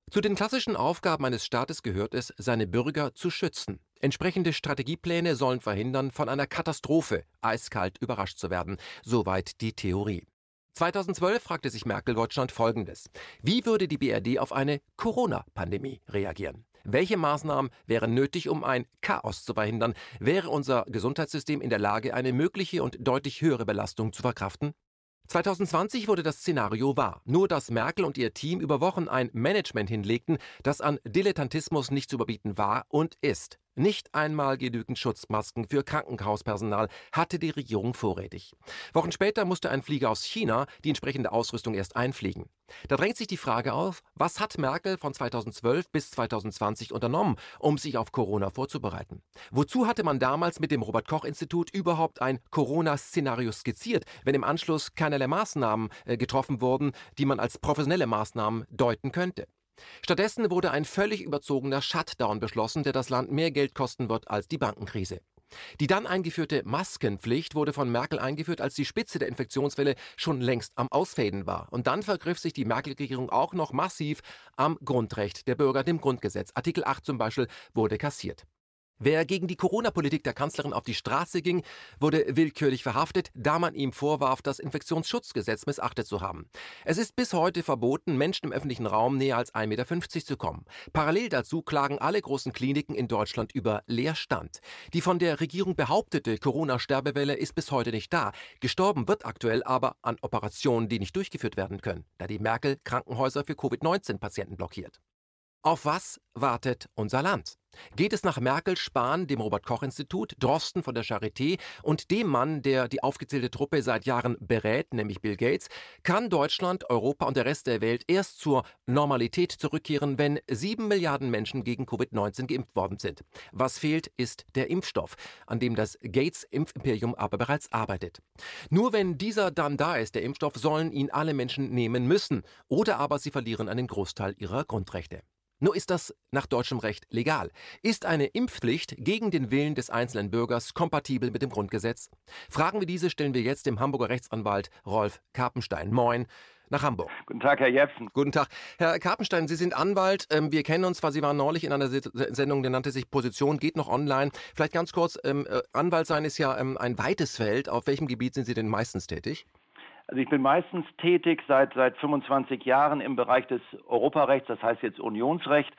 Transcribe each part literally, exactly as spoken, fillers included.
Zu den klassischen Aufgaben eines Staates gehört es, seine Bürger zu schützen. Entsprechende Strategiepläne sollen verhindern, von einer Katastrophe eiskalt überrascht zu werden. Soweit die Theorie. zweitausendzwölf fragte sich Merkel-Deutschland Folgendes: Wie würde die B R D auf eine Corona-Pandemie reagieren? Welche Maßnahmen wären nötig, um ein Chaos zu verhindern? Wäre unser Gesundheitssystem in der Lage, eine mögliche und deutlich höhere Belastung zu verkraften? zweitausendzwanzig wurde das Szenario wahr. Nur dass Merkel und ihr Team über Wochen ein Management hinlegten, das an Dilettantismus nicht zu überbieten war und ist. Nicht einmal genügend Schutzmasken für Krankenhauspersonal hatte die Regierung vorrätig. Wochen später musste ein Flieger aus China die entsprechende Ausrüstung erst einfliegen. Da drängt sich die Frage auf, was hat Merkel von zweitausendzwölf bis zweitausendzwanzig unternommen, um sich auf Corona vorzubereiten? Wozu hatte man damals mit dem Robert-Koch-Institut überhaupt ein Corona-Szenario skizziert, wenn im Anschluss keinerlei Maßnahmen äh, getroffen wurden, die man als professionelle Maßnahmen deuten könnte? Stattdessen wurde ein völlig überzogener Shutdown beschlossen, der das Land mehr Geld kosten wird als die Bankenkrise. Die dann eingeführte Maskenpflicht wurde von Merkel eingeführt, als die Spitze der Infektionswelle schon längst am Ausfaden war. Und dann vergriff sich die Merkel-Regierung auch noch massiv am Grundrecht der Bürger, dem Grundgesetz. Artikel acht zum Beispiel wurde kassiert. Wer gegen die Corona-Politik der Kanzlerin auf die Straße ging, wurde willkürlich verhaftet, da man ihm vorwarf, das Infektionsschutzgesetz missachtet zu haben. Es ist bis heute verboten, Menschen im öffentlichen Raum näher als ein Meter fünfzig zu kommen. Parallel dazu klagen alle großen Kliniken in Deutschland über Leerstand. Die von der Regierung behauptete Corona-Sterbewelle ist bis heute nicht da. Gestorben wird aktuell aber an Operationen, die nicht durchgeführt werden können, da die Merkel Krankenhäuser für Covid neunzehn Patienten blockiert. Auf was wartet unser Land? Geht es nach Merkel, Spahn, dem Robert-Koch-Institut, Drosten von der Charité und dem Mann, der die aufgezählte Truppe seit Jahren berät, nämlich Bill Gates, kann Deutschland, Europa und der Rest der Welt erst zur Normalität zurückkehren, wenn sieben Milliarden Menschen gegen Covid neunzehn geimpft worden sind. Was fehlt, ist der Impfstoff, an dem das Gates-Impfimperium aber bereits arbeitet. Nur wenn dieser dann da ist, der Impfstoff, sollen ihn alle Menschen nehmen müssen, oder aber sie verlieren einen Großteil ihrer Grundrechte. Nur ist das nach deutschem Recht legal? Ist eine Impfpflicht gegen den Willen des einzelnen Bürgers kompatibel mit dem Grundgesetz? Fragen wir diese stellen wir jetzt dem Hamburger Rechtsanwalt Rolf Karpenstein. Moin nach Hamburg. Guten Tag, Herr Jepsen. Guten Tag. Herr Karpenstein, Sie sind Anwalt. Ähm, Wir kennen uns zwar, Sie waren neulich in einer Se- Sendung, die nannte sich Position, geht noch online. Vielleicht ganz kurz, ähm, äh, Anwalt sein ist ja ähm, ein weites Feld. Auf welchem Gebiet sind Sie denn meistens tätig? Also ich bin meistens tätig seit seit fünfundzwanzig Jahren im Bereich des Europarechts, das heißt jetzt Unionsrecht.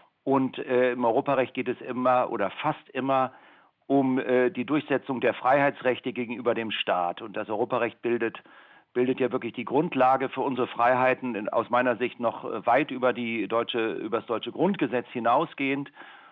Und äh, im Europarecht geht es immer oder fast immer um äh, die Durchsetzung der Freiheitsrechte gegenüber dem Staat. Und das Europarecht bildet bildet ja wirklich die Grundlage für unsere Freiheiten, aus meiner Sicht noch äh, weit über die deutsche über das deutsche Grundgesetz hinausgehend.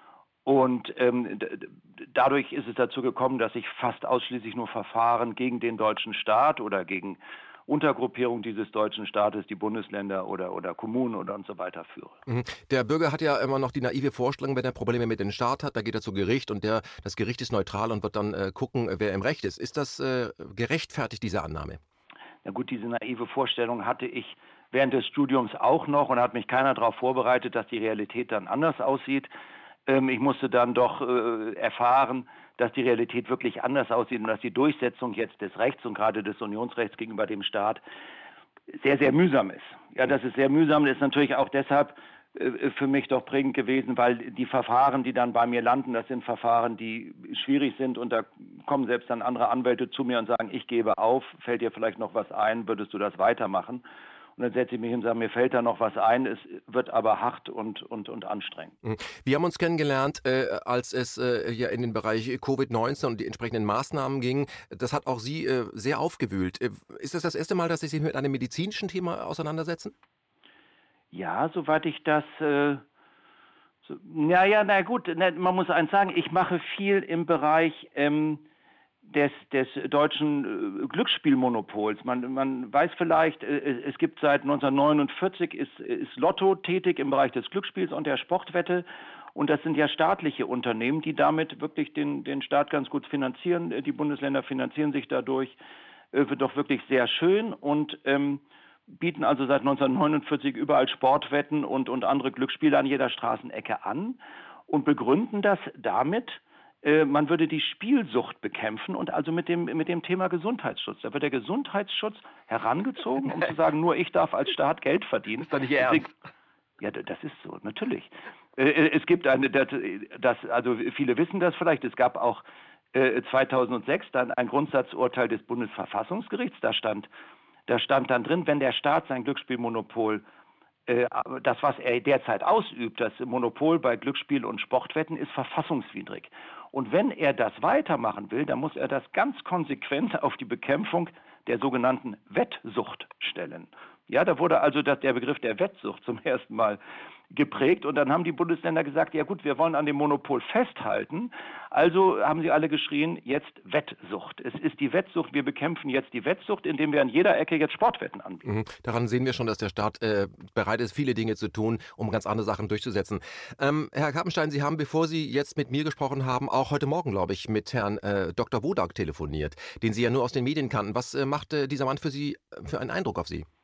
Und ähm, d- d- dadurch ist es dazu gekommen, dass ich fast ausschließlich nur Verfahren gegen den deutschen Staat oder gegen Untergruppierungen dieses deutschen Staates, die Bundesländer oder, oder Kommunen oder und so weiter führe. Mhm. Der Bürger hat ja immer noch die naive Vorstellung, wenn er Probleme mit dem Staat hat, da geht er zu Gericht und der, das Gericht ist neutral und wird dann äh, gucken, wer im Recht ist. Ist das äh, gerechtfertigt, diese Annahme? Na gut, diese naive Vorstellung hatte ich während des Studiums auch noch und hat mich keiner darauf vorbereitet, dass die Realität dann anders aussieht. Ähm, ich musste dann doch äh, erfahren, dass die Realität wirklich anders aussieht und dass die Durchsetzung jetzt des Rechts und gerade des Unionsrechts gegenüber dem Staat sehr, sehr mühsam ist. Ja, das ist sehr mühsam, das ist natürlich auch deshalb äh, für mich doch prägend gewesen, weil die Verfahren, die dann bei mir landen, das sind Verfahren, die schwierig sind und da kommen selbst dann andere Anwälte zu mir und sagen, ich gebe auf, fällt dir vielleicht noch was ein, würdest du das weitermachen? Und dann setze ich mich hin und sage, mir fällt da noch was ein, es wird aber hart und, und, und anstrengend. Mhm. Wir haben uns kennengelernt, äh, als es äh, ja in den Bereich Covid neunzehn und die entsprechenden Maßnahmen ging. Das hat auch Sie äh, sehr aufgewühlt. Äh, Ist das das erste Mal, dass Sie sich mit einem medizinischen Thema auseinandersetzen? Ja, soweit ich das, äh, so, naja, na gut, na, man muss eins sagen, ich mache viel im Bereich ähm, des, des deutschen äh, Glücksspielmonopols. Man, man weiß vielleicht, äh, es gibt seit neunzehnhundertneunundvierzig ist, ist Lotto tätig im Bereich des Glücksspiels und der Sportwette. Und das sind ja staatliche Unternehmen, die damit wirklich den, den Staat ganz gut finanzieren. Äh, Die Bundesländer finanzieren sich dadurch, äh, wird doch wirklich sehr schön und ähm, bieten also seit neunzehnhundertneunundvierzig überall Sportwetten und, und andere Glücksspiele an jeder Straßenecke an und begründen das damit, äh, man würde die Spielsucht bekämpfen und also mit dem, mit dem Thema Gesundheitsschutz. Da wird der Gesundheitsschutz herangezogen, um zu sagen, nur ich darf als Staat Geld verdienen. Ist doch nicht Ihr Deswegen, Ernst. Ja, d das ist so, natürlich. Äh, äh, es gibt eine, das, das, also viele wissen das vielleicht, es gab auch äh, zweitausendsechs dann ein Grundsatzurteil des Bundesverfassungsgerichts, da stand, da stand dann drin, wenn der Staat sein Glücksspielmonopol, äh, das, was er derzeit ausübt, das Monopol bei Glücksspiel und Sportwetten, ist verfassungswidrig. Und wenn er das weitermachen will, dann muss er das ganz konsequent auf die Bekämpfung der sogenannten Wettsucht stellen. Ja, da wurde also das, der Begriff der Wettsucht zum ersten Mal geprägt und dann haben die Bundesländer gesagt, ja gut, wir wollen an dem Monopol festhalten. Also haben sie alle geschrien, jetzt Wettsucht. Es ist die Wettsucht, wir bekämpfen jetzt die Wettsucht, indem wir an jeder Ecke jetzt Sportwetten anbieten. Mhm. Daran sehen wir schon, dass der Staat äh, bereit ist, viele Dinge zu tun, um ganz andere Sachen durchzusetzen. Ähm, Herr Kappenstein, Sie haben, bevor Sie jetzt mit mir gesprochen haben, auch heute Morgen, glaube ich, mit Herrn äh, Doktor Wodak telefoniert, den Sie ja nur aus den Medien kannten. Was äh, macht äh, dieser Mann für Sie, äh, für einen Eindruck auf Sie?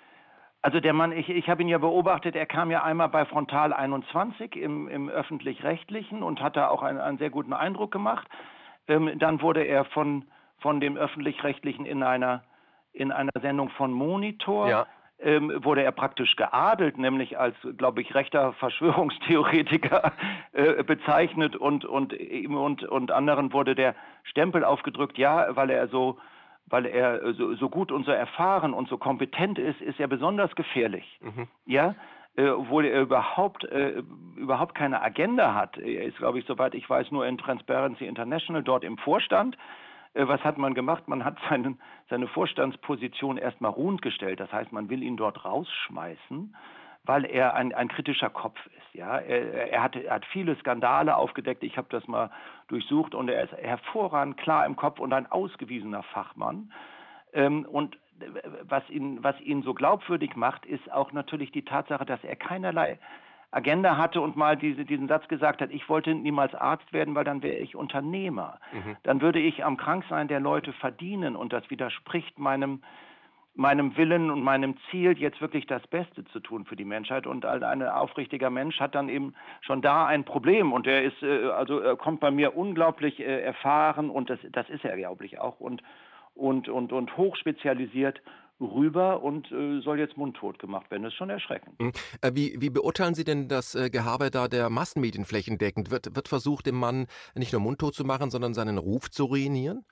Also der Mann, ich, ich habe ihn ja beobachtet, er kam ja einmal bei Frontal einundzwanzig im, im Öffentlich-Rechtlichen und hat da auch einen, einen sehr guten Eindruck gemacht. Ähm, dann wurde er von, von dem Öffentlich-Rechtlichen in einer, in einer Sendung von Monitor, Ja. ähm, wurde er praktisch geadelt, nämlich als, glaube ich, rechter Verschwörungstheoretiker äh, bezeichnet und, und, ihm und, und anderen wurde der Stempel aufgedrückt, ja, weil er so weil er so, so gut und so erfahren und so kompetent ist, ist er besonders gefährlich. Mhm. Ja, äh, obwohl er überhaupt, äh, überhaupt keine Agenda hat. Er ist, glaube ich, soweit ich weiß, nur in Transparency International dort im Vorstand. Äh, was hat man gemacht? Man hat seinen, seine Vorstandsposition erstmal ruhend gestellt. Das heißt, man will ihn dort rausschmeißen, weil er ein, ein kritischer Kopf ist. Ja? Er, er, hat, er hat viele Skandale aufgedeckt, ich habe das mal durchsucht und er ist hervorragend klar im Kopf und ein ausgewiesener Fachmann. Ähm, und was ihn, was ihn so glaubwürdig macht, ist auch natürlich die Tatsache, dass er keinerlei Agenda hatte und mal diese, diesen Satz gesagt hat, ich wollte niemals Arzt werden, weil dann wäre ich Unternehmer. Mhm. Dann würde ich am Kranksein der Leute verdienen und das widerspricht meinem meinem Willen und meinem Ziel, jetzt wirklich das Beste zu tun für die Menschheit. Und ein aufrichtiger Mensch hat dann eben schon da ein Problem. Und er ist, äh, also er kommt bei mir unglaublich äh, erfahren und das, das ist er, glaube ich, auch und, und, und, und hochspezialisiert rüber und äh, soll jetzt mundtot gemacht werden. Das ist schon erschreckend. Mhm. Äh, wie, wie beurteilen Sie denn das äh, Gehabe da der Massenmedien flächendeckend? Wird, wird versucht, dem Mann nicht nur mundtot zu machen, sondern seinen Ruf zu ruinieren?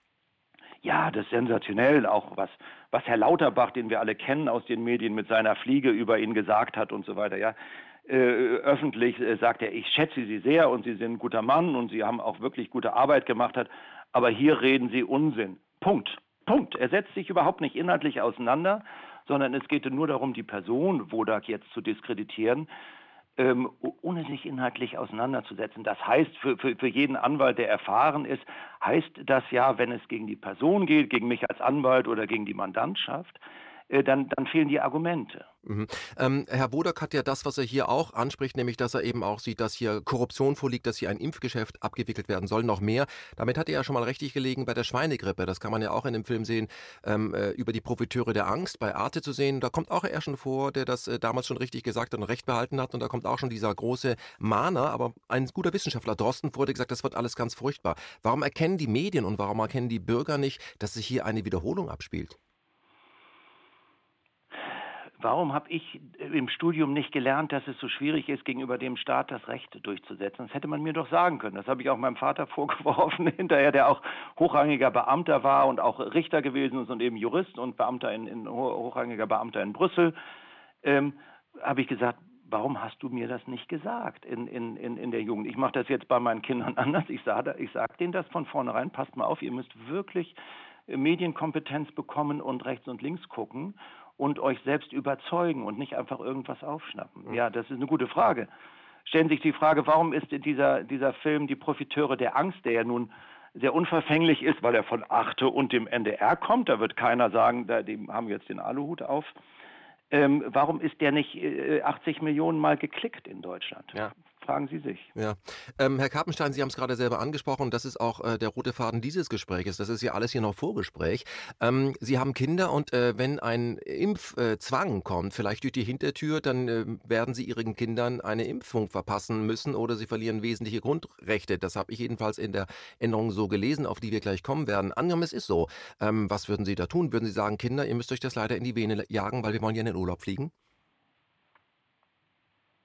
Ja, das ist sensationell, auch was, was Herr Lauterbach, den wir alle kennen aus den Medien, mit seiner Fliege über ihn gesagt hat und so weiter, ja. Äh, öffentlich äh, sagt er, ich schätze Sie sehr und Sie sind ein guter Mann und Sie haben auch wirklich gute Arbeit gemacht, hat, aber hier reden Sie Unsinn. Punkt. Punkt. Er setzt sich überhaupt nicht inhaltlich auseinander, sondern es geht nur darum, die Person Wodak jetzt zu diskreditieren, ähm, ohne sich inhaltlich auseinanderzusetzen. Das heißt, für, für, für jeden Anwalt, der erfahren ist, heißt das ja, wenn es gegen die Person geht, gegen mich als Anwalt oder gegen die Mandantschaft, äh, dann, dann fehlen die Argumente. Mhm. Ähm, Herr Wodak hat ja das, was er hier auch anspricht, nämlich, dass er eben auch sieht, dass hier Korruption vorliegt, dass hier ein Impfgeschäft abgewickelt werden soll, noch mehr. Damit hat er ja schon mal richtig gelegen bei der Schweinegrippe. Das kann man ja auch in dem Film sehen, ähm, äh, über die Profiteure der Angst bei Arte zu sehen. Da kommt auch er schon vor, der das äh, damals schon richtig gesagt und recht behalten hat. Und da kommt auch schon dieser große Mahner, aber ein guter Wissenschaftler, Drosten, wurde gesagt, das wird alles ganz furchtbar. Warum erkennen die Medien und warum erkennen die Bürger nicht, dass sich hier eine Wiederholung abspielt? Warum habe ich im Studium nicht gelernt, dass es so schwierig ist, gegenüber dem Staat das Recht durchzusetzen? Das hätte man mir doch sagen können. Das habe ich auch meinem Vater vorgeworfen, hinterher, der auch hochrangiger Beamter war und auch Richter gewesen ist und eben Jurist und Beamter in, in hochrangiger Beamter in Brüssel. Ähm, habe ich gesagt, warum hast du mir das nicht gesagt in, in, in, in der Jugend? Ich mache das jetzt bei meinen Kindern anders. Ich sage ich sag denen das von vornherein, passt mal auf, ihr müsst wirklich Medienkompetenz bekommen und rechts und links gucken und euch selbst überzeugen und nicht einfach irgendwas aufschnappen. Ja, das ist eine gute Frage. Stellen sich die Frage, warum ist dieser, dieser Film Die Profiteure der Angst, der ja nun sehr unverfänglich ist, weil er von Arte und dem N D R kommt, da wird keiner sagen, da, die haben jetzt den Aluhut auf. Ähm, warum ist der nicht äh, achtzig Millionen Mal geklickt in Deutschland? Ja. Fragen Sie sich. Ja. Ähm, Herr Kappenstein, Sie haben es gerade selber angesprochen, das ist auch äh, der rote Faden dieses Gespräches, das ist ja alles hier noch Vorgespräch. Ähm, Sie haben Kinder und äh, wenn ein Impfzwang äh, kommt, vielleicht durch die Hintertür, dann äh, werden Sie Ihren Kindern eine Impfung verpassen müssen oder sie verlieren wesentliche Grundrechte. Das habe ich jedenfalls in der Änderung so gelesen, auf die wir gleich kommen werden. Angenommen, es ist so. Ähm, was würden Sie da tun? Würden Sie sagen, Kinder, ihr müsst euch das leider in die Vene jagen, weil wir wollen ja in den Urlaub fliegen?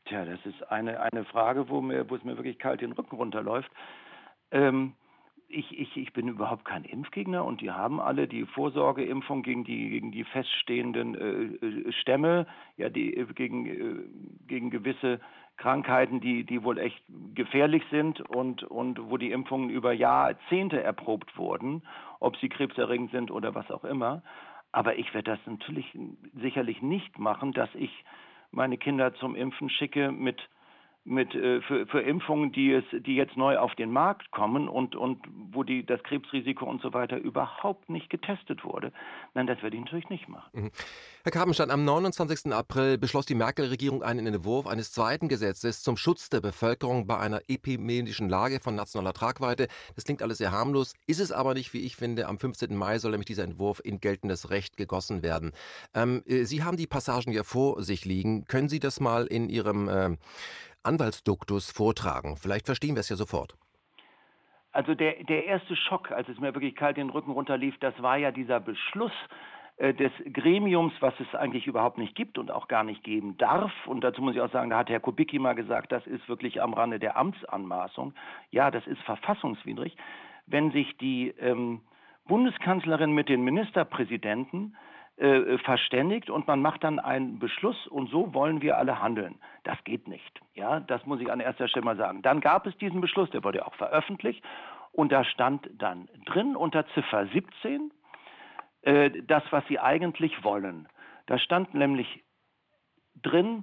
Tja, das ist eine, eine Frage, wo, mir, wo es mir wirklich kalt den Rücken runterläuft. Ähm, ich, ich, ich bin überhaupt kein Impfgegner und die haben alle die Vorsorgeimpfung gegen die, gegen die feststehenden äh, äh, Stämme, ja, die, äh, gegen, äh, gegen gewisse Krankheiten, die, die wohl echt gefährlich sind und, und wo die Impfungen über Jahrzehnte erprobt wurden, ob sie krebserregend sind oder was auch immer. Aber ich werde das natürlich sicherlich nicht machen, dass ich meine Kinder zum Impfen schicke mit mit äh, für, für Impfungen, die es, die jetzt neu auf den Markt kommen und und wo die das Krebsrisiko und so weiter überhaupt nicht getestet wurde. Nein, das werde ich natürlich nicht machen. Mhm. Herr Karpenstein, am neunundzwanzigsten April beschloss die Merkel-Regierung einen Entwurf eines zweiten Gesetzes zum Schutz der Bevölkerung bei einer epidemischen Lage von nationaler Tragweite. Das klingt alles sehr harmlos, ist es aber nicht, wie ich finde. Am fünfzehnten Mai soll nämlich dieser Entwurf in geltendes Recht gegossen werden. Ähm, äh, Sie haben die Passagen ja vor sich liegen. Können Sie das mal in Ihrem äh, Anwaltsduktus vortragen? Vielleicht verstehen wir es ja sofort. Also der, der erste Schock, als es mir wirklich kalt den Rücken runterlief, das war ja dieser Beschluss äh, des Gremiums, was es eigentlich überhaupt nicht gibt und auch gar nicht geben darf. Und dazu muss ich auch sagen, da hat Herr Kubicki mal gesagt, das ist wirklich am Rande der Amtsanmaßung. Ja, das ist verfassungswidrig. Wenn sich die ähm, Bundeskanzlerin mit den Ministerpräsidenten äh, verständigt und man macht dann einen Beschluss und so wollen wir alle handeln. Das geht nicht. Ja, das muss ich an erster Stelle mal sagen. Dann gab es diesen Beschluss, der wurde auch veröffentlicht und da stand dann drin unter Ziffer siebzehn äh, das, was sie eigentlich wollen. Da stand nämlich drin,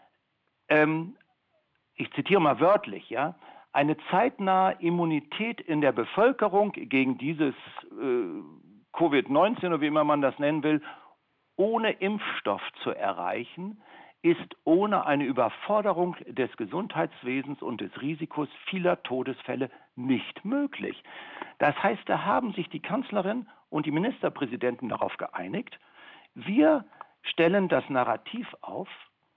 ähm, ich zitiere mal wörtlich, ja, eine zeitnahe Immunität in der Bevölkerung gegen dieses äh, Covid neunzehn oder wie immer man das nennen will, ohne Impfstoff zu erreichen, ist ohne eine Überforderung des Gesundheitswesens und des Risikos vieler Todesfälle nicht möglich. Das heißt, da haben sich die Kanzlerin und die Ministerpräsidenten darauf geeinigt, wir stellen das Narrativ auf,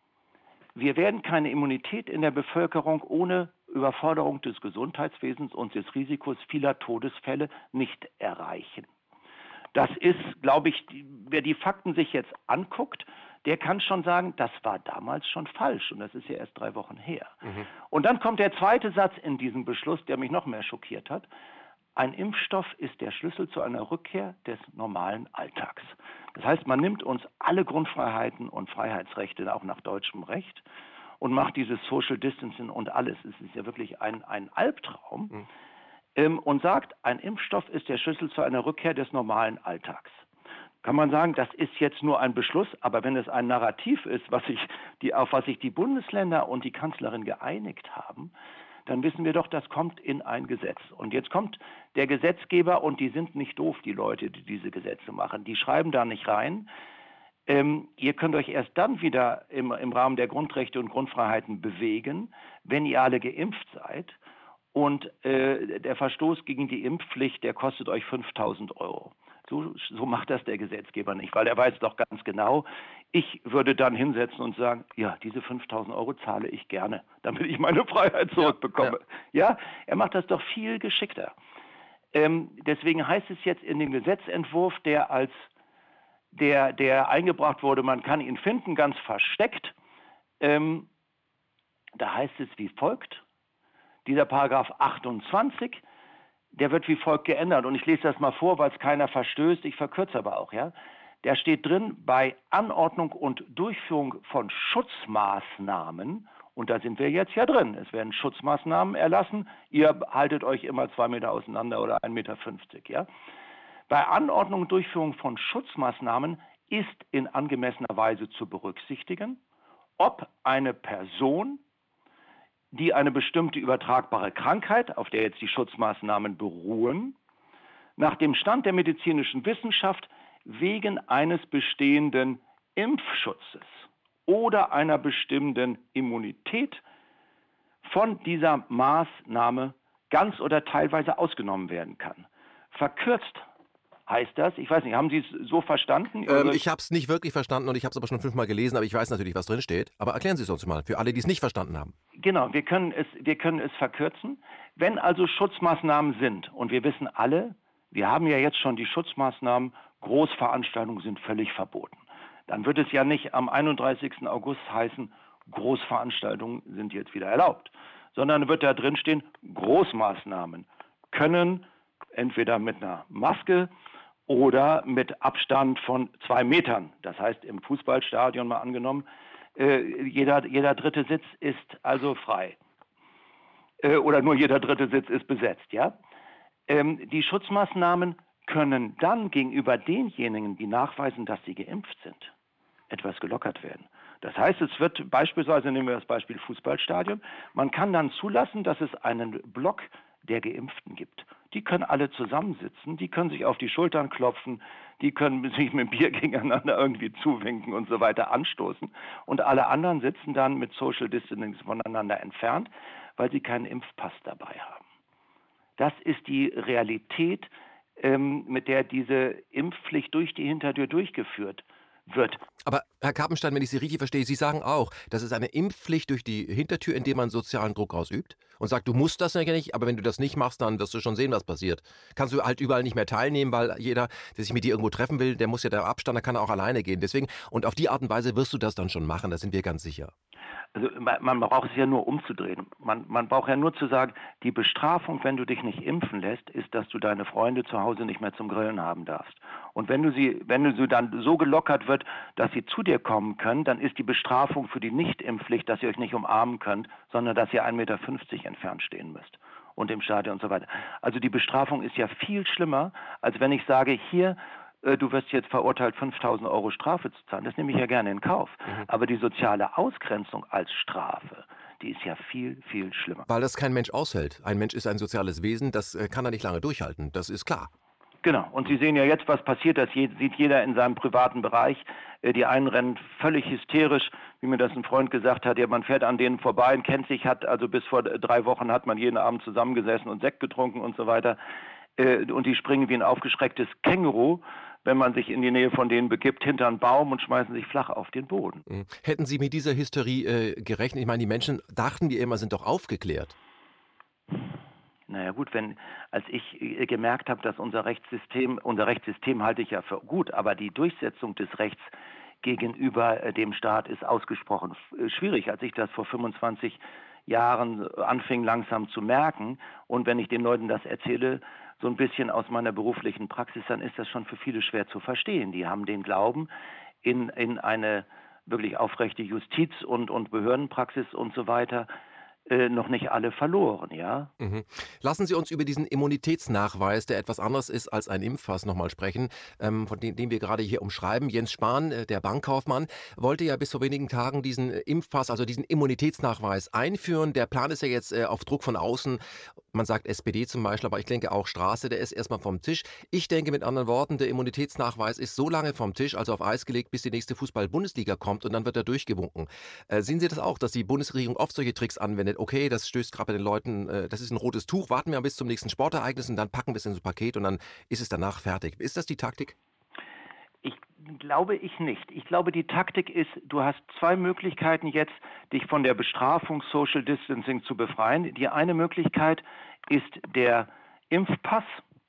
wir werden keine Immunität in der Bevölkerung ohne Überforderung des Gesundheitswesens und des Risikos vieler Todesfälle nicht erreichen. Das ist, glaube ich, wer die Fakten sich jetzt anguckt, der kann schon sagen, das war damals schon falsch und das ist ja erst drei Wochen her. Mhm. Und dann kommt der zweite Satz in diesem Beschluss, der mich noch mehr schockiert hat. Ein Impfstoff ist der Schlüssel zu einer Rückkehr des normalen Alltags. Das heißt, man nimmt uns alle Grundfreiheiten und Freiheitsrechte auch nach deutschem Recht und macht dieses Social Distancing und alles. Es ist ja wirklich ein, ein Albtraum. Mhm. Ähm, und sagt, ein Impfstoff ist der Schlüssel zu einer Rückkehr des normalen Alltags. Kann man sagen, das ist jetzt nur ein Beschluss, aber wenn es ein Narrativ ist, was sich die, auf was sich die Bundesländer und die Kanzlerin geeinigt haben, dann wissen wir doch, das kommt in ein Gesetz. Und jetzt kommt der Gesetzgeber und die sind nicht doof, die Leute, die diese Gesetze machen. Die schreiben da nicht rein. Ähm, ihr könnt euch erst dann wieder im, im Rahmen der Grundrechte und Grundfreiheiten bewegen, wenn ihr alle geimpft seid. Und äh, der Verstoß gegen die Impfpflicht, der kostet euch fünftausend Euro. So, so macht das der Gesetzgeber nicht, weil er weiß doch ganz genau, ich würde dann hinsetzen und sagen, ja, diese fünftausend Euro zahle ich gerne, damit ich meine Freiheit zurückbekomme. Ja, ja. Ja, er macht das doch viel geschickter. Ähm, deswegen heißt es jetzt in dem Gesetzentwurf, der als der, der eingebracht wurde, man kann ihn finden, ganz versteckt, ähm, da heißt es wie folgt. Dieser Paragraph achtundzwanzig, der wird wie folgt geändert. Und ich lese das mal vor, weil es keiner verstößt. Ich verkürze aber auch, ja. Da steht drin, bei Anordnung und Durchführung von Schutzmaßnahmen, und da sind wir jetzt ja drin, es werden Schutzmaßnahmen erlassen, ihr haltet euch immer zwei Meter auseinander oder ein Meter fünfzig, ja. Bei Anordnung und Durchführung von Schutzmaßnahmen ist in angemessener Weise zu berücksichtigen, ob eine Person, die eine bestimmte übertragbare Krankheit, auf der jetzt die Schutzmaßnahmen beruhen, nach dem Stand der medizinischen Wissenschaft wegen eines bestehenden Impfschutzes oder einer bestimmten Immunität von dieser Maßnahme ganz oder teilweise ausgenommen werden kann. Verkürzt heißt das, ich weiß nicht, haben Sie es so verstanden? Ähm, ich habe es nicht wirklich verstanden und ich habe es aber schon fünfmal gelesen, aber ich weiß natürlich, was drin steht. Aber erklären Sie es uns mal, für alle, die es nicht verstanden haben. Genau, wir können es, wir können es verkürzen. Wenn also Schutzmaßnahmen sind, und wir wissen alle, wir haben ja jetzt schon die Schutzmaßnahmen, Großveranstaltungen sind völlig verboten. Dann wird es ja nicht am einunddreißigsten August heißen, Großveranstaltungen sind jetzt wieder erlaubt, sondern wird da drin stehen, Großmaßnahmen können entweder mit einer Maske oder mit Abstand von zwei Metern, das heißt im Fußballstadion mal angenommen, äh, jeder, jeder dritte Sitz ist also frei äh, oder nur jeder dritte Sitz ist besetzt, ja. Ähm, die Schutzmaßnahmen können dann gegenüber denjenigen, die nachweisen, dass sie geimpft sind, etwas gelockert werden. Das heißt, es wird beispielsweise, nehmen wir das Beispiel Fußballstadion, man kann dann zulassen, dass es einen Block der Geimpften gibt. Die können alle zusammensitzen, die können sich auf die Schultern klopfen, die können sich mit Bier gegeneinander irgendwie zuwinken und so weiter anstoßen. Und alle anderen sitzen dann mit Social Distancing voneinander entfernt, weil sie keinen Impfpass dabei haben. Das ist die Realität, ähm, mit der diese Impfpflicht durch die Hintertür durchgeführt wird. Aber Herr Karpenstein, wenn ich Sie richtig verstehe, Sie sagen auch, das ist eine Impfpflicht durch die Hintertür, indem man sozialen Druck ausübt und sagt, du musst das ja nicht, aber wenn du das nicht machst, dann wirst du schon sehen, was passiert. Kannst du halt überall nicht mehr teilnehmen, weil jeder, der sich mit dir irgendwo treffen will, der muss ja da Abstand, da kann er auch alleine gehen. Deswegen, und auf die Art und Weise wirst du das dann schon machen, da sind wir ganz sicher. Also man, man braucht es ja nur umzudrehen. Man, man braucht ja nur zu sagen, die Bestrafung, wenn du dich nicht impfen lässt, ist, dass du deine Freunde zu Hause nicht mehr zum Grillen haben darfst. Und wenn du sie, wenn du sie dann so gelockert wird, dass sie zu dir kommen können, dann ist die Bestrafung für die Nicht-Impfpflicht, dass ihr euch nicht umarmen könnt, sondern dass ihr ein Meter fünfzig entfernt stehen müsst und im Stadion und so weiter. Also die Bestrafung ist ja viel schlimmer, als wenn ich sage, hier, du wirst jetzt verurteilt, fünftausend Euro Strafe zu zahlen. Das nehme ich ja gerne in Kauf. Mhm. Aber die soziale Ausgrenzung als Strafe, die ist ja viel, viel schlimmer. Weil das kein Mensch aushält. Ein Mensch ist ein soziales Wesen, das kann er nicht lange durchhalten. Das ist klar. Genau. Und Sie sehen ja jetzt, was passiert. Das sieht jeder in seinem privaten Bereich. Die einen rennen völlig hysterisch, wie mir das ein Freund gesagt hat. Ja, man fährt an denen vorbei und kennt sich, hat also bis vor drei Wochen hat man jeden Abend zusammengesessen und Sekt getrunken und so weiter. Und die springen wie ein aufgeschrecktes Känguru, wenn man sich in die Nähe von denen begibt, hinter einen Baum und schmeißen sich flach auf den Boden. Hätten Sie mit dieser Hysterie äh, gerechnet? Ich meine, die Menschen dachten wir immer, sind doch aufgeklärt. Naja gut, wenn, als ich äh, gemerkt habe, dass unser Rechtssystem, unser Rechtssystem halte ich ja für gut, aber die Durchsetzung des Rechts gegenüber äh, dem Staat ist ausgesprochen äh, schwierig. Als ich das vor fünfundzwanzig Jahren anfing langsam zu merken und wenn ich den Leuten das erzähle, so ein bisschen aus meiner beruflichen Praxis, dann ist das schon für viele schwer zu verstehen. Die haben den Glauben in, in eine wirklich aufrechte Justiz und, und Behördenpraxis und so weiter äh, noch nicht alle verloren, ja. Mhm. Lassen Sie uns über diesen Immunitätsnachweis, der etwas anderes ist als ein Impfpass, nochmal sprechen, ähm, von dem, den wir gerade hier umschreiben. Jens Spahn, äh, der Bankkaufmann, wollte ja bis vor wenigen Tagen diesen Impfpass, also diesen Immunitätsnachweis einführen. Der Plan ist ja jetzt äh, auf Druck von außen. Man sagt S P D zum Beispiel, aber ich denke auch Straße, der ist erstmal vom Tisch. Ich denke mit anderen Worten, der Immunitätsnachweis ist so lange vom Tisch, also auf Eis gelegt, bis die nächste Fußball-Bundesliga kommt und dann wird er durchgewunken. Äh, sehen Sie das auch, dass die Bundesregierung oft solche Tricks anwendet? Okay, das stößt gerade bei den Leuten, äh, das ist ein rotes Tuch, warten wir bis zum nächsten Sportereignis und dann packen wir es in so ein Paket und dann ist es danach fertig. Ist das die Taktik? Ich glaube ich nicht. Ich glaube, die Taktik ist, du hast zwei Möglichkeiten jetzt, dich von der Bestrafung Social Distancing zu befreien. Die eine Möglichkeit ist der Impfpass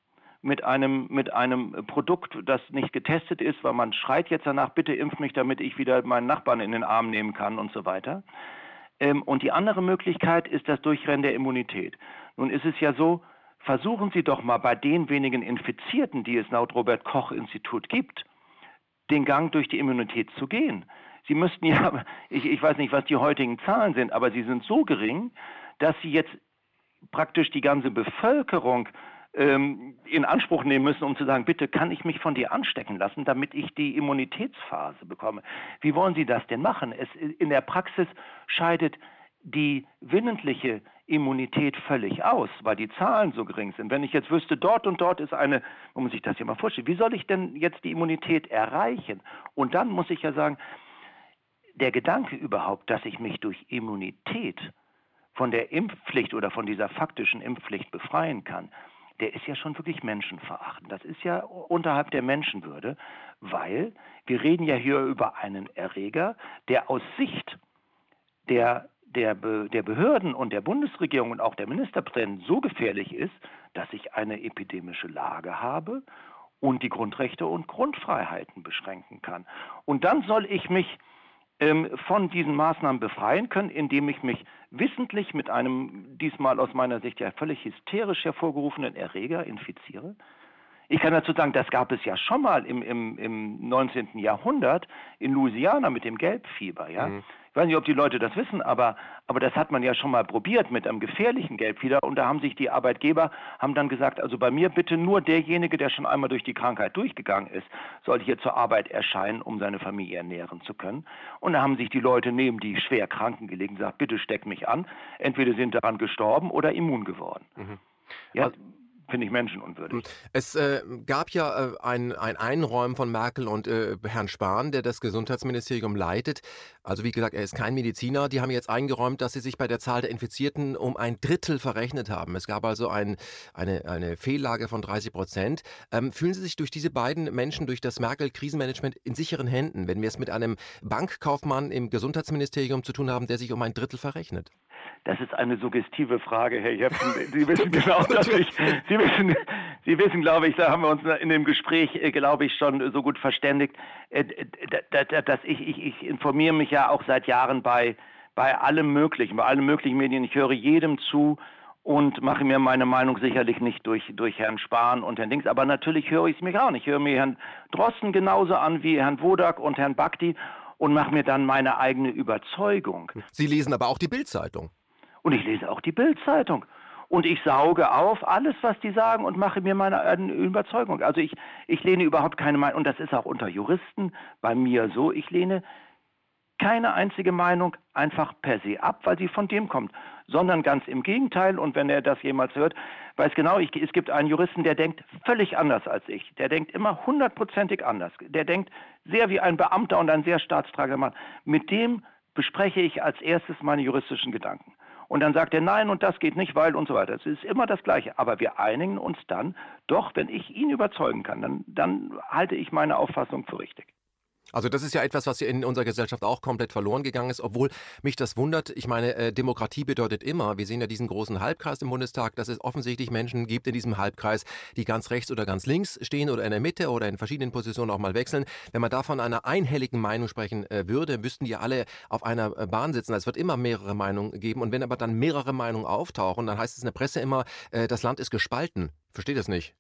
mit einem, mit einem Produkt, das nicht getestet ist, weil man schreit jetzt danach, bitte impf mich, damit ich wieder meinen Nachbarn in den Arm nehmen kann und so weiter. Ähm, und die andere Möglichkeit ist das Durchrennen der Immunität. Nun ist es ja so, versuchen Sie doch mal bei den wenigen Infizierten, die es laut Robert-Koch-Institut gibt, den Gang durch die Immunität zu gehen. Sie müssten ja, ich, ich weiß nicht, was die heutigen Zahlen sind, aber sie sind so gering, dass Sie jetzt praktisch die ganze Bevölkerung ähm, in Anspruch nehmen müssen, um zu sagen, bitte kann ich mich von dir anstecken lassen, damit ich die Immunitätsphase bekomme. Wie wollen Sie das denn machen? Es, in der Praxis scheidet die willentliche Immunität völlig aus, weil die Zahlen so gering sind. Wenn ich jetzt wüsste, dort und dort ist eine, man muss sich das ja mal vorstellen, wie soll ich denn jetzt die Immunität erreichen? Und dann muss ich ja sagen, der Gedanke überhaupt, dass ich mich durch Immunität von der Impfpflicht oder von dieser faktischen Impfpflicht befreien kann, der ist ja schon wirklich menschenverachtend. Das ist ja unterhalb der Menschenwürde, weil wir reden ja hier über einen Erreger, der aus Sicht der Der, Be- der Behörden und der Bundesregierung und auch der Ministerpräsidenten so gefährlich ist, dass ich eine epidemische Lage habe und die Grundrechte und Grundfreiheiten beschränken kann. Und dann soll ich mich ähm, von diesen Maßnahmen befreien können, indem ich mich wissentlich mit einem diesmal aus meiner Sicht ja völlig hysterisch hervorgerufenen Erreger infiziere. Ich kann dazu sagen, das gab es ja schon mal im, im, im neunzehnten Jahrhundert in Louisiana mit dem Gelbfieber. Ja? Mhm. Ich weiß nicht, ob die Leute das wissen, aber, aber das hat man ja schon mal probiert mit einem gefährlichen Gelbfieber. Und da haben sich die Arbeitgeber haben dann gesagt, also bei mir bitte nur derjenige, der schon einmal durch die Krankheit durchgegangen ist, soll hier zur Arbeit erscheinen, um seine Familie ernähren zu können. Und da haben sich die Leute neben die schwer Kranken gelegt und gesagt, bitte steck mich an. Entweder sind daran gestorben oder immun geworden. Mhm. Ja. Also, finde ich menschenunwürdig. Es äh, gab ja äh, ein, ein Einräumen von Merkel und äh, Herrn Spahn, der das Gesundheitsministerium leitet. Also wie gesagt, er ist kein Mediziner. Die haben jetzt eingeräumt, dass sie sich bei der Zahl der Infizierten um ein Drittel verrechnet haben. Es gab also ein, eine, eine Fehllage von dreißig Prozent. Ähm, fühlen Sie sich durch diese beiden Menschen, durch das Merkel-Krisenmanagement in sicheren Händen, wenn wir es mit einem Bankkaufmann im Gesundheitsministerium zu tun haben, der sich um ein Drittel verrechnet? Das ist eine suggestive Frage, Herr Jepsen. Sie wissen genau, dass ich, Sie wissen, Sie wissen, glaube ich, da haben wir uns in dem Gespräch, glaube ich, schon so gut verständigt, dass ich, ich, ich informiere mich ja auch seit Jahren bei, bei allem Möglichen, bei allen möglichen Medien. Ich höre jedem zu und mache mir meine Meinung sicherlich nicht durch, durch Herrn Spahn und Herrn Dings, aber natürlich höre ich es mir auch nicht. Ich höre mir Herrn Drosten genauso an wie Herrn Wodak und Herrn Bhakdi und mache mir dann meine eigene Überzeugung. Sie lesen aber auch die Bild-Zeitung. Und ich lese auch die Bild-Zeitung. Und ich sauge auf alles, was die sagen und mache mir meine Überzeugung. Also ich, ich lehne überhaupt keine Meinung, und das ist auch unter Juristen bei mir so, ich lehne keine einzige Meinung einfach per se ab, weil sie von dem kommt, sondern ganz im Gegenteil. Und wenn er das jemals hört, weiß genau, ich, es gibt einen Juristen, der denkt völlig anders als ich. Der denkt immer hundertprozentig anders. Der denkt sehr wie ein Beamter und ein sehr staatstragender Mann. Mit dem bespreche ich als erstes meine juristischen Gedanken. Und dann sagt er, nein, und das geht nicht, weil und so weiter. Es ist immer das Gleiche. Aber wir einigen uns dann, doch, wenn ich ihn überzeugen kann, dann, dann halte ich meine Auffassung für richtig. Also das ist ja etwas, was in unserer Gesellschaft auch komplett verloren gegangen ist, obwohl mich das wundert. Ich meine, äh, Demokratie bedeutet immer, wir sehen ja diesen großen Halbkreis im Bundestag, dass es offensichtlich Menschen gibt in diesem Halbkreis, die ganz rechts oder ganz links stehen oder in der Mitte oder in verschiedenen Positionen auch mal wechseln. Wenn man da von einer einhelligen Meinung sprechen äh, würde, müssten die alle auf einer äh, Bahn sitzen. Es wird immer mehrere Meinungen geben und wenn aber dann mehrere Meinungen auftauchen, dann heißt es in der Presse immer, äh, das Land ist gespalten. Versteht das nicht?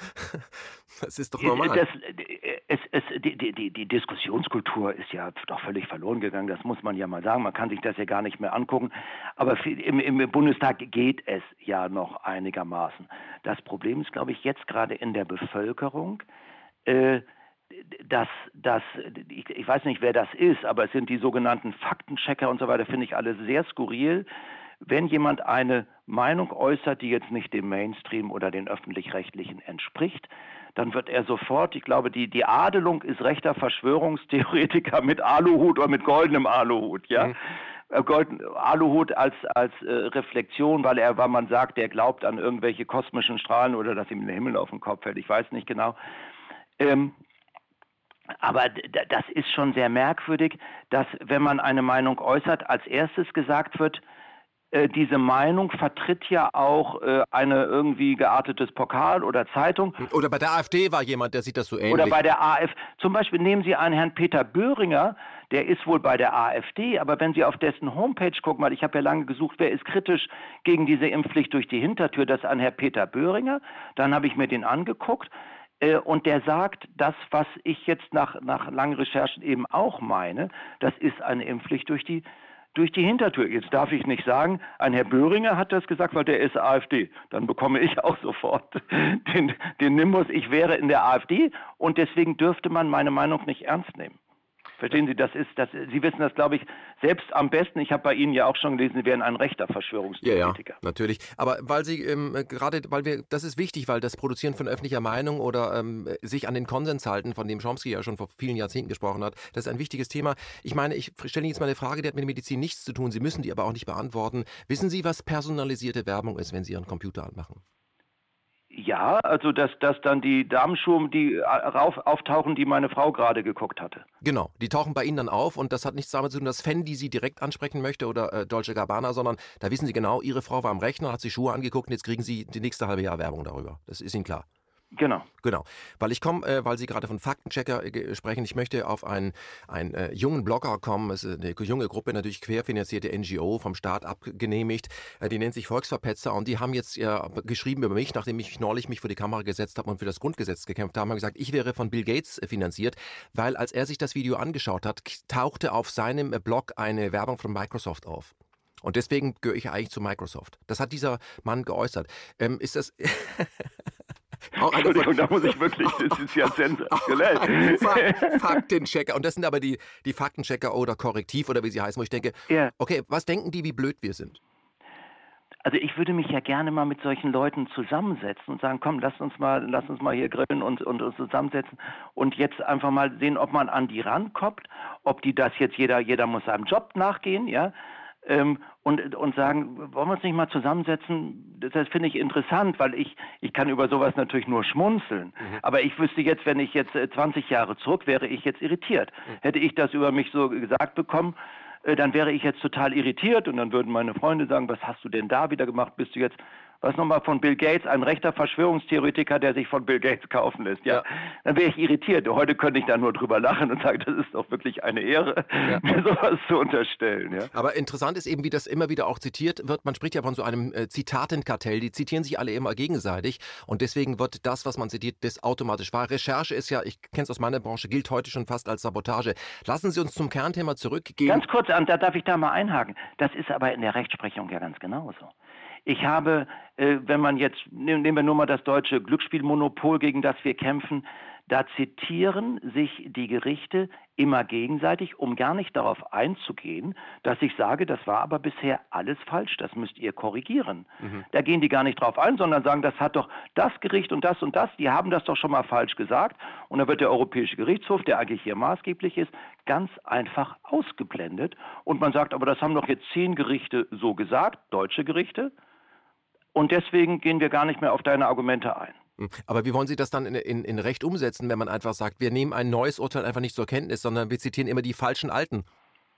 Das ist doch normal. Das, es, es, die, die, die Diskussionskultur ist ja doch völlig verloren gegangen, das muss man ja mal sagen. Man kann sich das ja gar nicht mehr angucken. Aber im, im Bundestag geht es ja noch einigermaßen. Das Problem ist, glaube ich, jetzt gerade in der Bevölkerung, äh, dass, dass ich, ich weiß nicht, wer das ist, aber es sind die sogenannten Faktenchecker und so weiter, finde ich alle sehr skurril. Wenn jemand eine Meinung äußert, die jetzt nicht dem Mainstream oder den Öffentlich-Rechtlichen entspricht, dann wird er sofort, ich glaube, die, die Adelung ist rechter Verschwörungstheoretiker mit Aluhut oder mit goldenem Aluhut, ja. Mhm. Golden, Aluhut als, als äh, Reflexion, weil er, weil man sagt, der glaubt an irgendwelche kosmischen Strahlen oder dass ihm der Himmel auf den Kopf fällt, ich weiß nicht genau. Ähm, Aber das ist schon sehr merkwürdig, dass, wenn man eine Meinung äußert, als erstes gesagt wird, äh, diese Meinung vertritt ja auch äh, eine irgendwie geartetes Pokal oder Zeitung. Oder bei der AfD war jemand, der sieht das so ähnlich. Oder bei der AfD. Zum Beispiel nehmen Sie einen Herrn Peter Böhringer, der ist wohl bei der AfD, aber wenn Sie auf dessen Homepage gucken, weil ich habe ja lange gesucht, wer ist kritisch gegen diese Impfpflicht durch die Hintertür, das ist ein Herr Peter Böhringer. Dann habe ich mir den angeguckt. Und der sagt, das, was ich jetzt nach, nach langen Recherchen eben auch meine, das ist eine Impfpflicht durch die, durch die Hintertür. Jetzt darf ich nicht sagen, ein Herr Böhringer hat das gesagt, weil der ist AfD. Dann bekomme ich auch sofort den, den Nimbus, ich wäre in der AfD und deswegen dürfte man meine Meinung nicht ernst nehmen. Verstehen Sie, das ist, das, Sie wissen das, glaube ich, selbst am besten. Ich habe bei Ihnen ja auch schon gelesen, Sie wären ein rechter Verschwörungstheoretiker. Ja, ja, natürlich. Aber weil Sie ähm, gerade, weil wir, das ist wichtig, weil das Produzieren von öffentlicher Meinung oder ähm, sich an den Konsens halten, von dem Chomsky ja schon vor vielen Jahrzehnten gesprochen hat, das ist ein wichtiges Thema. Ich meine, ich stelle Ihnen jetzt mal eine Frage, die hat mit der Medizin nichts zu tun. Sie müssen die aber auch nicht beantworten. Wissen Sie, was personalisierte Werbung ist, wenn Sie Ihren Computer anmachen? Ja, also dass, dass dann die Damenschuhe, die rauf, auftauchen, die meine Frau gerade geguckt hatte. Genau, die tauchen bei Ihnen dann auf und das hat nichts damit zu tun, dass Fendi Sie direkt ansprechen möchte oder äh, Dolce Gabbana, sondern da wissen Sie genau, Ihre Frau war am Rechner, hat sich Schuhe angeguckt und jetzt kriegen Sie die nächste halbe Jahr Werbung darüber. Das ist Ihnen klar. Genau. Genau, weil ich komme, äh, weil Sie gerade von Faktenchecker äh, sprechen, ich möchte auf einen, einen äh, jungen Blogger kommen, es ist eine junge Gruppe, natürlich querfinanzierte N G O, vom Staat abgenehmigt, äh, die nennt sich Volksverpetzer und die haben jetzt ja geschrieben über mich, nachdem ich neulich mich vor die Kamera gesetzt habe und für das Grundgesetz gekämpft habe, haben gesagt, ich wäre von Bill Gates äh, finanziert, weil als er sich das Video angeschaut hat, tauchte auf seinem äh, Blog eine Werbung von Microsoft auf. Und deswegen gehöre ich eigentlich zu Microsoft. Das hat dieser Mann geäußert. Ähm, ist das... Auch Entschuldigung, da muss ich wirklich, das ist ja sensationell. Faktenchecker. Und das sind aber die, die Faktenchecker oder Korrektiv oder wie sie heißen, wo ich denke, ja. Okay, was denken die, wie blöd wir sind? Also ich würde mich ja gerne mal mit solchen Leuten zusammensetzen und sagen, komm, lass uns mal, lass uns mal hier grillen und, und uns zusammensetzen und jetzt einfach mal sehen, ob man an die rankommt, ob die das jetzt, jeder, jeder muss seinem Job nachgehen, ja. Ähm, und, und sagen, wollen wir uns nicht mal zusammensetzen? Das, das finde ich interessant, weil ich, ich kann über sowas natürlich nur schmunzeln. Mhm. Aber ich wüsste jetzt, wenn ich jetzt zwanzig Jahre zurück wäre, ich jetzt irritiert. Mhm. Hätte ich das über mich so gesagt bekommen, äh, dann wäre ich jetzt total irritiert und dann würden meine Freunde sagen, was hast du denn da wieder gemacht? Bist du jetzt... Was nochmal von Bill Gates, ein rechter Verschwörungstheoretiker, der sich von Bill Gates kaufen lässt. Ja, ja. Dann wäre ich irritiert. Heute könnte ich da nur drüber lachen und sagen, das ist doch wirklich eine Ehre, ja. mir sowas zu unterstellen. Ja. Aber interessant ist eben, wie das immer wieder auch zitiert wird. Man spricht ja von so einem äh, Zitatenkartell. Die zitieren sich alle immer gegenseitig. Und deswegen wird das, was man zitiert, das automatisch wahr. Recherche ist ja, ich kenne es aus meiner Branche, gilt heute schon fast als Sabotage. Lassen Sie uns zum Kernthema zurückgehen. Ganz kurz, da darf ich da mal einhaken. Das ist aber in der Rechtsprechung ja ganz genauso. Ich habe, äh, wenn man jetzt, nehmen wir nur mal das deutsche Glücksspielmonopol, gegen das wir kämpfen, da zitieren sich die Gerichte immer gegenseitig, um gar nicht darauf einzugehen, dass ich sage, das war aber bisher alles falsch, das müsst ihr korrigieren. Mhm. Da gehen die gar nicht drauf ein, sondern sagen, das hat doch das Gericht und das und das, die haben das doch schon mal falsch gesagt. Und dann wird der Europäische Gerichtshof, der eigentlich hier maßgeblich ist, ganz einfach ausgeblendet. Und man sagt, aber das haben doch jetzt zehn Gerichte so gesagt, deutsche Gerichte. Und deswegen gehen wir gar nicht mehr auf deine Argumente ein. Aber wie wollen Sie das dann in, in, in Recht umsetzen, wenn man einfach sagt, wir nehmen ein neues Urteil einfach nicht zur Kenntnis, sondern wir zitieren immer die falschen alten?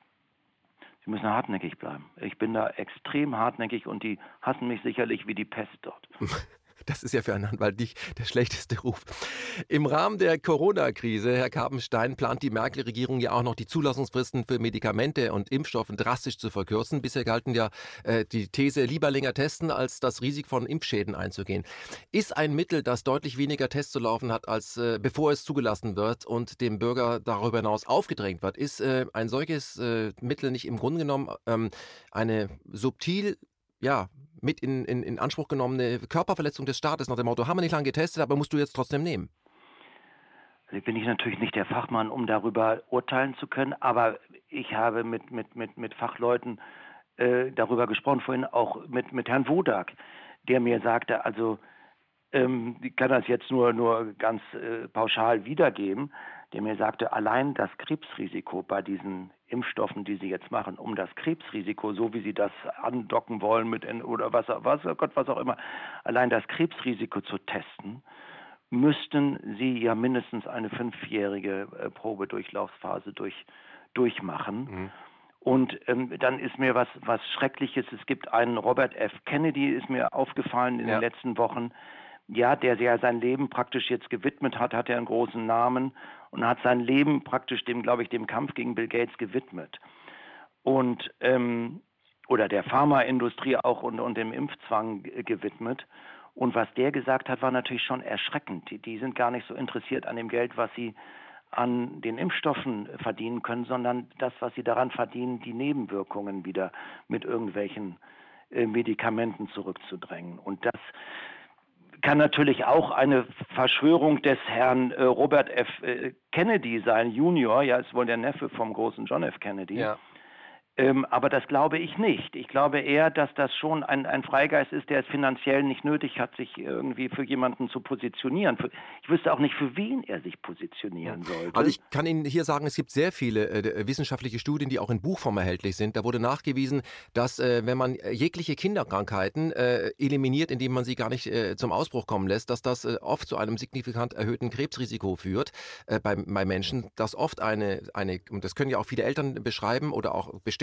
Sie müssen hartnäckig bleiben. Ich bin da extrem hartnäckig und die hassen mich sicherlich wie die Pest dort. Das ist ja für einen Anwalt nicht der schlechteste Ruf. Im Rahmen der Corona-Krise, Herr Karpenstein, plant die Merkel-Regierung ja auch noch die Zulassungsfristen für Medikamente und Impfstoffe drastisch zu verkürzen. Bisher galten ja äh, die These, lieber länger testen, als das Risiko von Impfschäden einzugehen. Ist ein Mittel, das deutlich weniger Tests zu laufen hat, als äh, bevor es zugelassen wird und dem Bürger darüber hinaus aufgedrängt wird, ist äh, ein solches äh, Mittel nicht im Grunde genommen ähm, eine subtil ja, mit in, in, in Anspruch genommene Körperverletzung des Staates nach dem Motto, haben wir nicht lange getestet, aber musst du jetzt trotzdem nehmen? Also bin ich natürlich nicht der Fachmann, um darüber urteilen zu können, aber ich habe mit, mit, mit, mit Fachleuten äh, darüber gesprochen, vorhin auch mit, mit Herrn Wodak, der mir sagte, also ähm, ich kann das jetzt nur, nur ganz äh, pauschal wiedergeben, der mir sagte, allein das Krebsrisiko bei diesen Impfstoffen, die sie jetzt machen, um das Krebsrisiko, so wie sie das andocken wollen mit oder was, was, oh Gott, was auch immer, allein das Krebsrisiko zu testen, müssten sie ja mindestens eine fünfjährige äh, Probedurchlaufsphase durch, durchmachen. Mhm. Und ähm, dann ist mir was, was Schreckliches, es gibt einen Robert F. Kennedy, ist mir aufgefallen in ja. den letzten Wochen, ja, der ja sein Leben praktisch jetzt gewidmet hat, hat er einen großen Namen und hat sein Leben praktisch dem, glaube ich, dem Kampf gegen Bill Gates gewidmet. Und, ähm, oder der Pharmaindustrie auch und, und dem Impfzwang gewidmet. Und was der gesagt hat, war natürlich schon erschreckend. Die, die sind gar nicht so interessiert an dem Geld, was sie an den Impfstoffen verdienen können, sondern das, was sie daran verdienen, die Nebenwirkungen wieder mit irgendwelchen äh, Medikamenten zurückzudrängen. Und das kann natürlich auch eine Verschwörung des Herrn äh, Robert F. Äh, Kennedy sein, Junior, ja, ist wohl der Neffe vom großen John F. Kennedy. Ja. Ähm, aber das glaube ich nicht. Ich glaube eher, dass das schon ein, ein Freigeist ist, der es finanziell nicht nötig hat, sich irgendwie für jemanden zu positionieren. Für, ich wüsste auch nicht, für wen er sich positionieren sollte. Also ich kann Ihnen hier sagen, es gibt sehr viele äh, wissenschaftliche Studien, die auch in Buchform erhältlich sind. Da wurde nachgewiesen, dass äh, wenn man jegliche Kinderkrankheiten äh, eliminiert, indem man sie gar nicht äh, zum Ausbruch kommen lässt, dass das äh, oft zu einem signifikant erhöhten Krebsrisiko führt äh, bei, bei Menschen, dass oft eine, eine, und das können ja auch viele Eltern beschreiben oder auch bestätigen,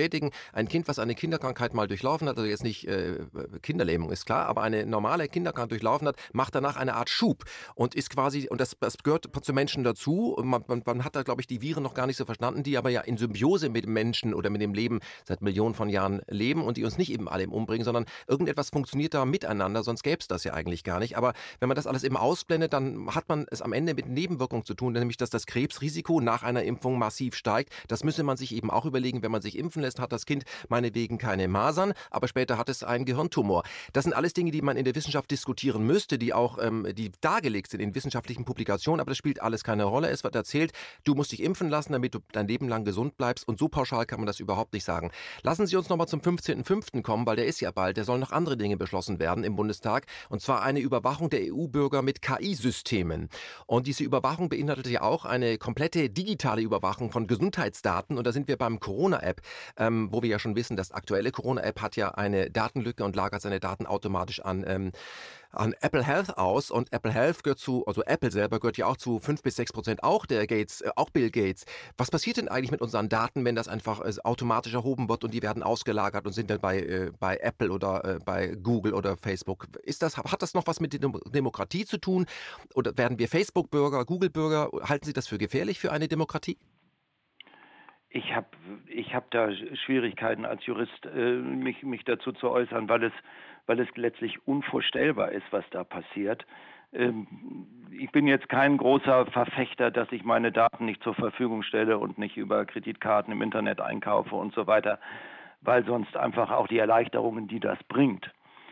bestätigen, ein Kind, was eine Kinderkrankheit mal durchlaufen hat, also jetzt nicht äh, Kinderlähmung ist klar, aber eine normale Kinderkrankheit durchlaufen hat, macht danach eine Art Schub und ist quasi, und das, das gehört zu Menschen dazu, und man, man, man hat da, glaube ich, die Viren noch gar nicht so verstanden, die aber ja in Symbiose mit dem Menschen oder mit dem Leben seit Millionen von Jahren leben und die uns nicht eben alle umbringen, sondern irgendetwas funktioniert da miteinander, sonst gäbe es das ja eigentlich gar nicht. Aber wenn man das alles eben ausblendet, dann hat man es am Ende mit Nebenwirkungen zu tun, nämlich dass das Krebsrisiko nach einer Impfung massiv steigt. Das müsse man sich eben auch überlegen, wenn man sich impfen lässt, hat das Kind meinetwegen keine Masern, aber später hat es einen Gehirntumor. Das sind alles Dinge, die man in der Wissenschaft diskutieren müsste, die auch ähm, die dargelegt sind in wissenschaftlichen Publikationen, aber das spielt alles keine Rolle. Es wird erzählt, du musst dich impfen lassen, damit du dein Leben lang gesund bleibst, und so pauschal kann man das überhaupt nicht sagen. Lassen Sie uns nochmal zum fünfzehnten fünften kommen, weil der ist ja bald, der sollen noch andere Dinge beschlossen werden im Bundestag, und zwar eine Überwachung der E U-Bürger mit K I-Systemen. Und diese Überwachung beinhaltet ja auch eine komplette digitale Überwachung von Gesundheitsdaten, und da sind wir beim Corona-App, ähm, wo wir ja schon wissen, das aktuelle Corona-App hat ja eine Datenlücke und lagert seine Daten automatisch an ähm, an Apple Health aus, und Apple Health gehört zu, also Apple selber gehört ja auch zu fünf bis sechs Prozent auch der Gates, äh, auch Bill Gates. Was passiert denn eigentlich mit unseren Daten, wenn das einfach äh, automatisch erhoben wird und die werden ausgelagert und sind dann bei, äh, bei Apple oder äh, bei Google oder Facebook? Ist das, hat das noch was mit der Dem- Demokratie zu tun? Oder werden wir Facebook-Bürger, Google-Bürger? Halten Sie das für gefährlich für eine Demokratie? Ich habe ich hab da Schwierigkeiten als Jurist, äh, mich, mich dazu zu äußern, weil es, weil es letztlich unvorstellbar ist, was da passiert. Ähm, ich bin jetzt kein großer Verfechter, dass ich meine Daten nicht zur Verfügung stelle und nicht über Kreditkarten im Internet einkaufe und so weiter, weil sonst einfach auch die Erleichterungen, die das bringt,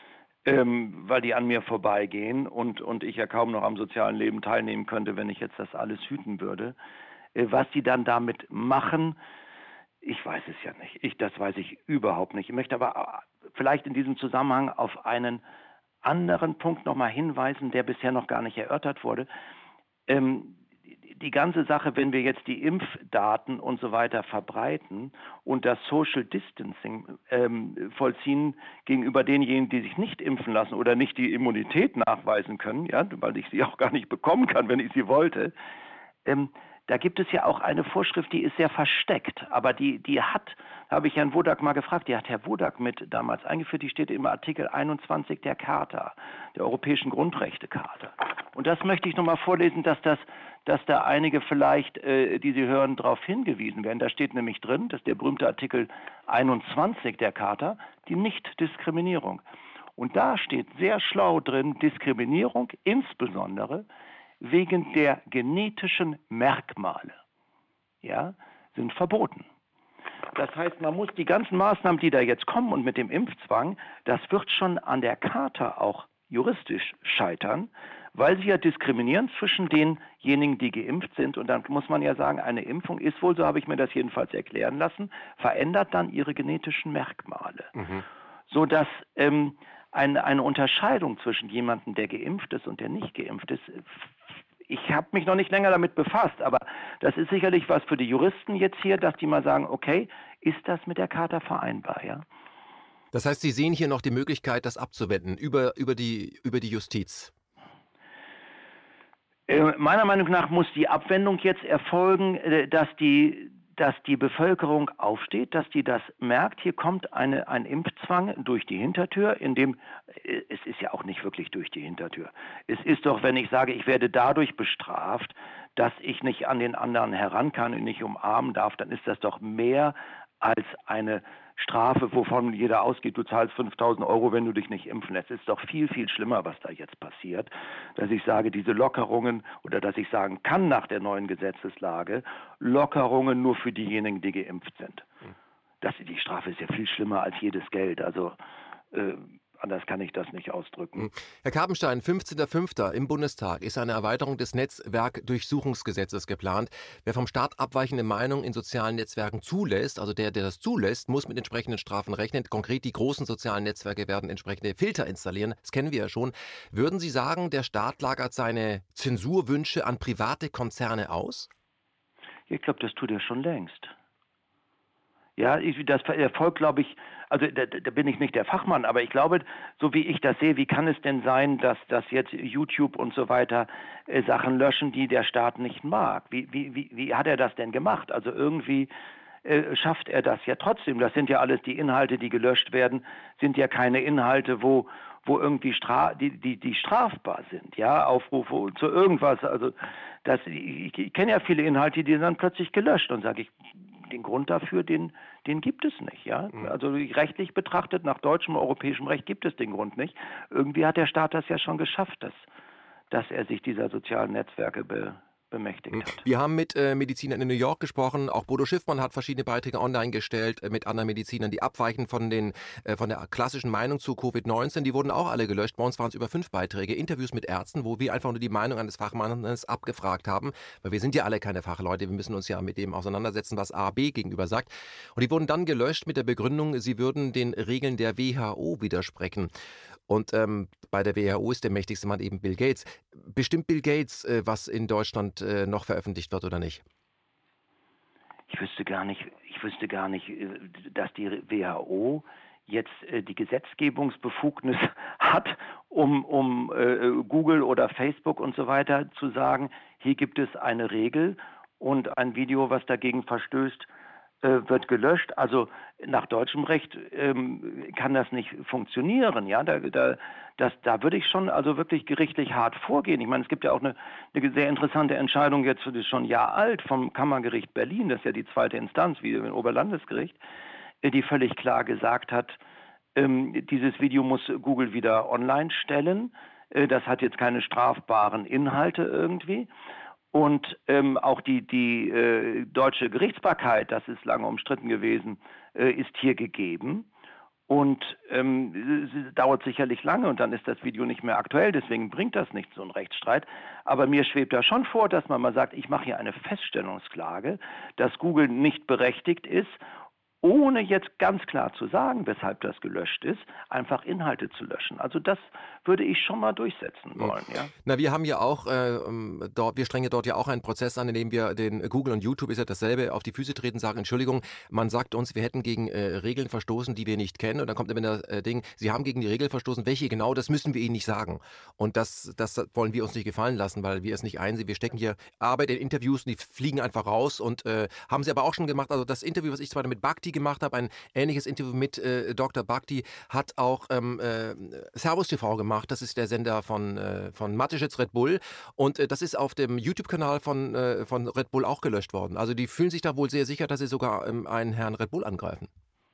ähm, weil die an mir vorbeigehen und, und ich ja kaum noch am sozialen Leben teilnehmen könnte, wenn ich jetzt das alles hüten würde. Äh, Was die dann damit machen, ich weiß es ja nicht. Ich, das weiß ich überhaupt nicht. Ich möchte aber äh, vielleicht in diesem Zusammenhang auf einen anderen Punkt nochmal hinweisen, der bisher noch gar nicht erörtert wurde. Ähm, die, die ganze Sache, wenn wir jetzt die Impfdaten und so weiter verbreiten und das Social Distancing ähm, vollziehen gegenüber denjenigen, die sich nicht impfen lassen oder nicht die Immunität nachweisen können, ja, weil ich sie auch gar nicht bekommen kann, wenn ich sie wollte, ähm, da gibt es ja auch eine Vorschrift, die ist sehr versteckt, aber die, die hat, habe ich Herrn Wodak mal gefragt, die hat Herr Wodak mit damals eingeführt, die steht im Artikel einundzwanzig der Charta, der Europäischen Grundrechtecharta. Und das möchte ich nochmal vorlesen, dass das, dass da einige vielleicht, äh, die Sie hören, darauf hingewiesen werden. Da steht nämlich drin, das ist der berühmte Artikel einundzwanzig der Charta, die Nichtdiskriminierung. Und da steht sehr schlau drin, Diskriminierung insbesondere wegen der genetischen Merkmale, ja, sind verboten. Das heißt, man muss die ganzen Maßnahmen, die da jetzt kommen und mit dem Impfzwang, das wird schon an der Charta auch juristisch scheitern, weil sie ja diskriminieren zwischen denjenigen, die geimpft sind. Und dann muss man ja sagen, eine Impfung ist wohl, so habe ich mir das jedenfalls erklären lassen, verändert dann ihre genetischen Merkmale. Mhm. Sodass ähm, eine, eine Unterscheidung zwischen jemandem, der geimpft ist und der nicht geimpft ist, ich habe mich noch nicht länger damit befasst, aber das ist sicherlich was für die Juristen jetzt hier, dass die mal sagen, okay, ist das mit der Charta vereinbar, ja? Das heißt, Sie sehen hier noch die Möglichkeit, das abzuwenden über, über, die, über die Justiz? Äh, meiner Meinung nach muss die Abwendung jetzt erfolgen, äh, dass die dass die Bevölkerung aufsteht, dass die das merkt, hier kommt eine, ein Impfzwang durch die Hintertür, in dem, äh, es ist ja auch nicht wirklich durch die Hintertür. Es ist doch, wenn ich sage, ich werde dadurch bestraft, dass ich nicht an den anderen heran kann und nicht umarmen darf, dann ist das doch mehr als eine Strafe, wovon jeder ausgeht, du zahlst fünftausend Euro, wenn du dich nicht impfen lässt. Es ist doch viel, viel schlimmer, was da jetzt passiert, dass ich sage, diese Lockerungen oder dass ich sagen kann nach der neuen Gesetzeslage, Lockerungen nur für diejenigen, die geimpft sind. Das, die Strafe ist ja viel schlimmer als jedes Geld, also äh, anders kann ich das nicht ausdrücken. Herr Karpenstein, fünfzehnten fünften im Bundestag ist eine Erweiterung des Netzwerkdurchsuchungsgesetzes geplant. Wer vom Staat abweichende Meinungen in sozialen Netzwerken zulässt, also der, der das zulässt, muss mit entsprechenden Strafen rechnen. Konkret, die großen sozialen Netzwerke werden entsprechende Filter installieren. Das kennen wir ja schon. Würden Sie sagen, der Staat lagert seine Zensurwünsche an private Konzerne aus? Ich glaube, das tut er schon längst. Ja, ich, das erfolgt, glaube ich, also da, da bin ich nicht der Fachmann, aber ich glaube, so wie ich das sehe, wie kann es denn sein, dass, dass jetzt YouTube und so weiter äh, Sachen löschen, die der Staat nicht mag? Wie, wie, wie, wie hat er das denn gemacht? Also irgendwie äh, schafft er das ja trotzdem. Das sind ja alles die Inhalte, die gelöscht werden, sind ja keine Inhalte, wo wo irgendwie stra die, die, die strafbar sind, ja, Aufrufe zu irgendwas. Also das, ich, ich kenne ja viele Inhalte, die sind dann plötzlich gelöscht und sage ich, den Grund dafür, den, den gibt es nicht, ja. Mhm. Also rechtlich betrachtet, nach deutschem, europäischem Recht gibt es den Grund nicht. Irgendwie hat der Staat das ja schon geschafft, dass, dass er sich dieser sozialen Netzwerke be bemächtigt hat. Wir haben mit äh, Medizinern in New York gesprochen. Auch Bodo Schiffmann hat verschiedene Beiträge online gestellt äh, mit anderen Medizinern, die abweichen von, den, äh, von der klassischen Meinung zu Covid neunzehn. Die wurden auch alle gelöscht. Bei uns waren es über fünf Beiträge, Interviews mit Ärzten, wo wir einfach nur die Meinung eines Fachmannes abgefragt haben, weil wir sind ja alle keine Fachleute. Wir müssen uns ja mit dem auseinandersetzen, was A B gegenüber sagt. Und die wurden dann gelöscht mit der Begründung, sie würden den Regeln der W H O widersprechen. Und ähm, bei der W H O ist der mächtigste Mann eben Bill Gates. Bestimmt Bill Gates, äh, was in Deutschland äh, noch veröffentlicht wird oder nicht? Ich wüsste gar nicht, ich wüsste gar nicht, dass die W H O jetzt äh, die Gesetzgebungsbefugnis hat, um, um äh, Google oder Facebook und so weiter zu sagen, hier gibt es eine Regel und ein Video, was dagegen verstößt, wird gelöscht. Also nach deutschem Recht ähm, kann das nicht funktionieren. Ja, da, da, das, da würde ich schon also wirklich gerichtlich hart vorgehen. Ich meine, es gibt ja auch eine, eine sehr interessante Entscheidung, jetzt das ist schon ein Jahr alt, vom Kammergericht Berlin, das ist ja die zweite Instanz, wie im Oberlandesgericht, die völlig klar gesagt hat, ähm, dieses Video muss Google wieder online stellen. Äh, das hat jetzt keine strafbaren Inhalte irgendwie. Und ähm, auch die, die äh, deutsche Gerichtsbarkeit, das ist lange umstritten gewesen, äh, ist hier gegeben. Und ähm, es dauert sicherlich lange und dann ist das Video nicht mehr aktuell, deswegen bringt das nicht so einen Rechtsstreit. Aber mir schwebt da schon vor, dass man mal sagt, ich mache hier eine Feststellungsklage, dass Google nicht berechtigt ist, ohne jetzt ganz klar zu sagen, weshalb das gelöscht ist, einfach Inhalte zu löschen. Also das würde ich schon mal durchsetzen wollen. Ja. Na, wir haben ja auch, äh, dort, wir strengen dort ja auch einen Prozess an, in dem wir den Google und YouTube ist ja dasselbe, auf die Füße treten, sagen, Entschuldigung, man sagt uns, wir hätten gegen äh, Regeln verstoßen, die wir nicht kennen. Und dann kommt immer das äh, Ding, Sie haben gegen die Regeln verstoßen, welche genau, das müssen wir Ihnen nicht sagen. Und das, das wollen wir uns nicht gefallen lassen, weil wir es nicht einsehen. Wir stecken hier Arbeit in Interviews und die fliegen einfach raus und äh, haben sie aber auch schon gemacht. Also das Interview, was ich zwar mit Bhakti gemacht habe, ein ähnliches Interview mit äh, Doktor Bhakti, hat auch ähm, äh, Servus T V gemacht. Das ist der Sender von, äh, von Mateschitz Red Bull. Und äh, das ist auf dem YouTube-Kanal von, äh, von Red Bull auch gelöscht worden. Also die fühlen sich da wohl sehr sicher, dass sie sogar ähm, einen Herrn Red Bull angreifen.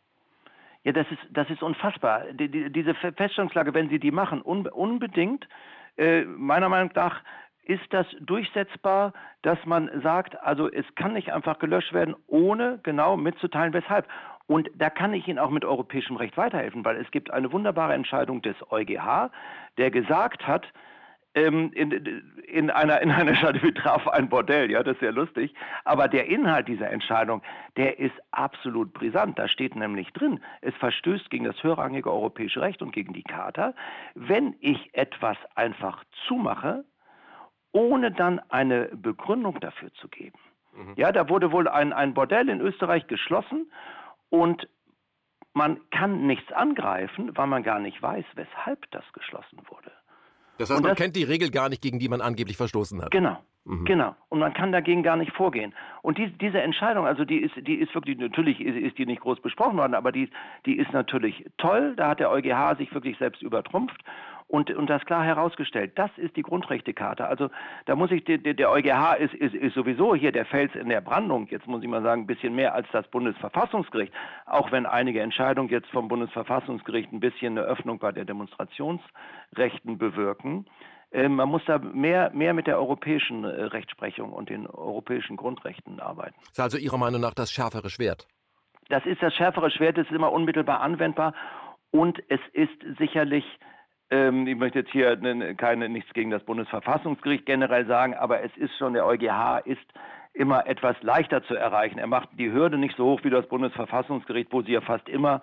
Ja, das ist, das ist unfassbar. Die, die, diese Feststellungslage, wenn Sie die machen, unbe unbedingt, äh, meiner Meinung nach, ist das durchsetzbar, dass man sagt, also es kann nicht einfach gelöscht werden, ohne genau mitzuteilen, weshalb. Und da kann ich Ihnen auch mit europäischem Recht weiterhelfen, weil es gibt eine wunderbare Entscheidung des EuGH, der gesagt hat, ähm, in, in einer, in einer Stadt betraf ein Bordell, ja, das ist sehr lustig, aber der Inhalt dieser Entscheidung, der ist absolut brisant. Da steht nämlich drin, es verstößt gegen das höherrangige europäische Recht und gegen die Charta, wenn ich etwas einfach zumache, ohne dann eine Begründung dafür zu geben. Mhm. Ja, da wurde wohl ein, ein Bordell in Österreich geschlossen und man kann nichts angreifen, weil man gar nicht weiß, weshalb das geschlossen wurde. Das heißt, und man das, kennt die Regel gar nicht, gegen die man angeblich verstoßen hat. Genau. Mhm. Genau. Und man kann dagegen gar nicht vorgehen. Und die, diese Entscheidung, also die ist, die ist wirklich, natürlich ist, ist die nicht groß besprochen worden, aber die, die ist natürlich toll. Da hat der EuGH sich wirklich selbst übertrumpft und, und das klar herausgestellt. Das ist die Grundrechtecharta. Also da muss ich, der, der EuGH ist, ist, ist sowieso hier der Fels in der Brandung. Jetzt muss ich mal sagen, ein bisschen mehr als das Bundesverfassungsgericht. Auch wenn einige Entscheidungen jetzt vom Bundesverfassungsgericht ein bisschen eine Öffnung bei der Demonstrationsrechten bewirken. Man muss da mehr, mehr mit der europäischen Rechtsprechung und den europäischen Grundrechten arbeiten. Das ist also Ihrer Meinung nach das schärfere Schwert? Das ist das schärfere Schwert, das ist immer unmittelbar anwendbar und es ist sicherlich, ähm, ich möchte jetzt hier ne, keine, nichts gegen das Bundesverfassungsgericht generell sagen, aber es ist schon, der EuGH ist immer etwas leichter zu erreichen. Er macht die Hürde nicht so hoch wie das Bundesverfassungsgericht, wo sie ja fast immer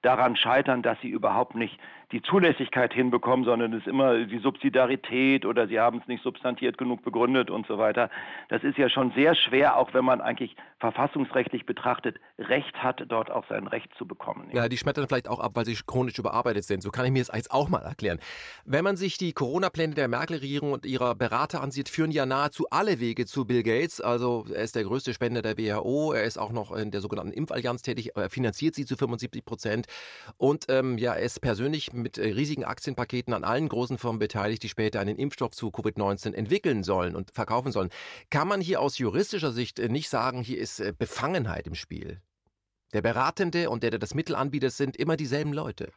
daran scheitern, dass sie überhaupt nicht die Zulässigkeit hinbekommen, sondern es ist immer die Subsidiarität oder sie haben es nicht substantiert genug begründet und so weiter. Das ist ja schon sehr schwer, auch wenn man eigentlich verfassungsrechtlich betrachtet Recht hat, dort auch sein Recht zu bekommen. Ja, die schmettern vielleicht auch ab, weil sie chronisch überarbeitet sind. So kann ich mir das jetzt auch mal erklären. Wenn man sich die Corona-Pläne der Merkel-Regierung und ihrer Berater ansieht, führen ja nahezu alle Wege zu Bill Gates. Also er ist der größte Spender der W H O, er ist auch noch in der sogenannten Impfallianz tätig, er finanziert sie zu fünfundsiebzig Prozent. Und ähm, ja, er ist persönlich mit äh, riesigen Aktienpaketen an allen großen Firmen beteiligt, die später einen Impfstoff zu Covid neunzehn entwickeln sollen und verkaufen sollen. Kann man hier aus juristischer Sicht äh, nicht sagen, hier ist äh, Befangenheit im Spiel? Der Beratende und der, der das Mittel anbietet, sind immer dieselben Leute.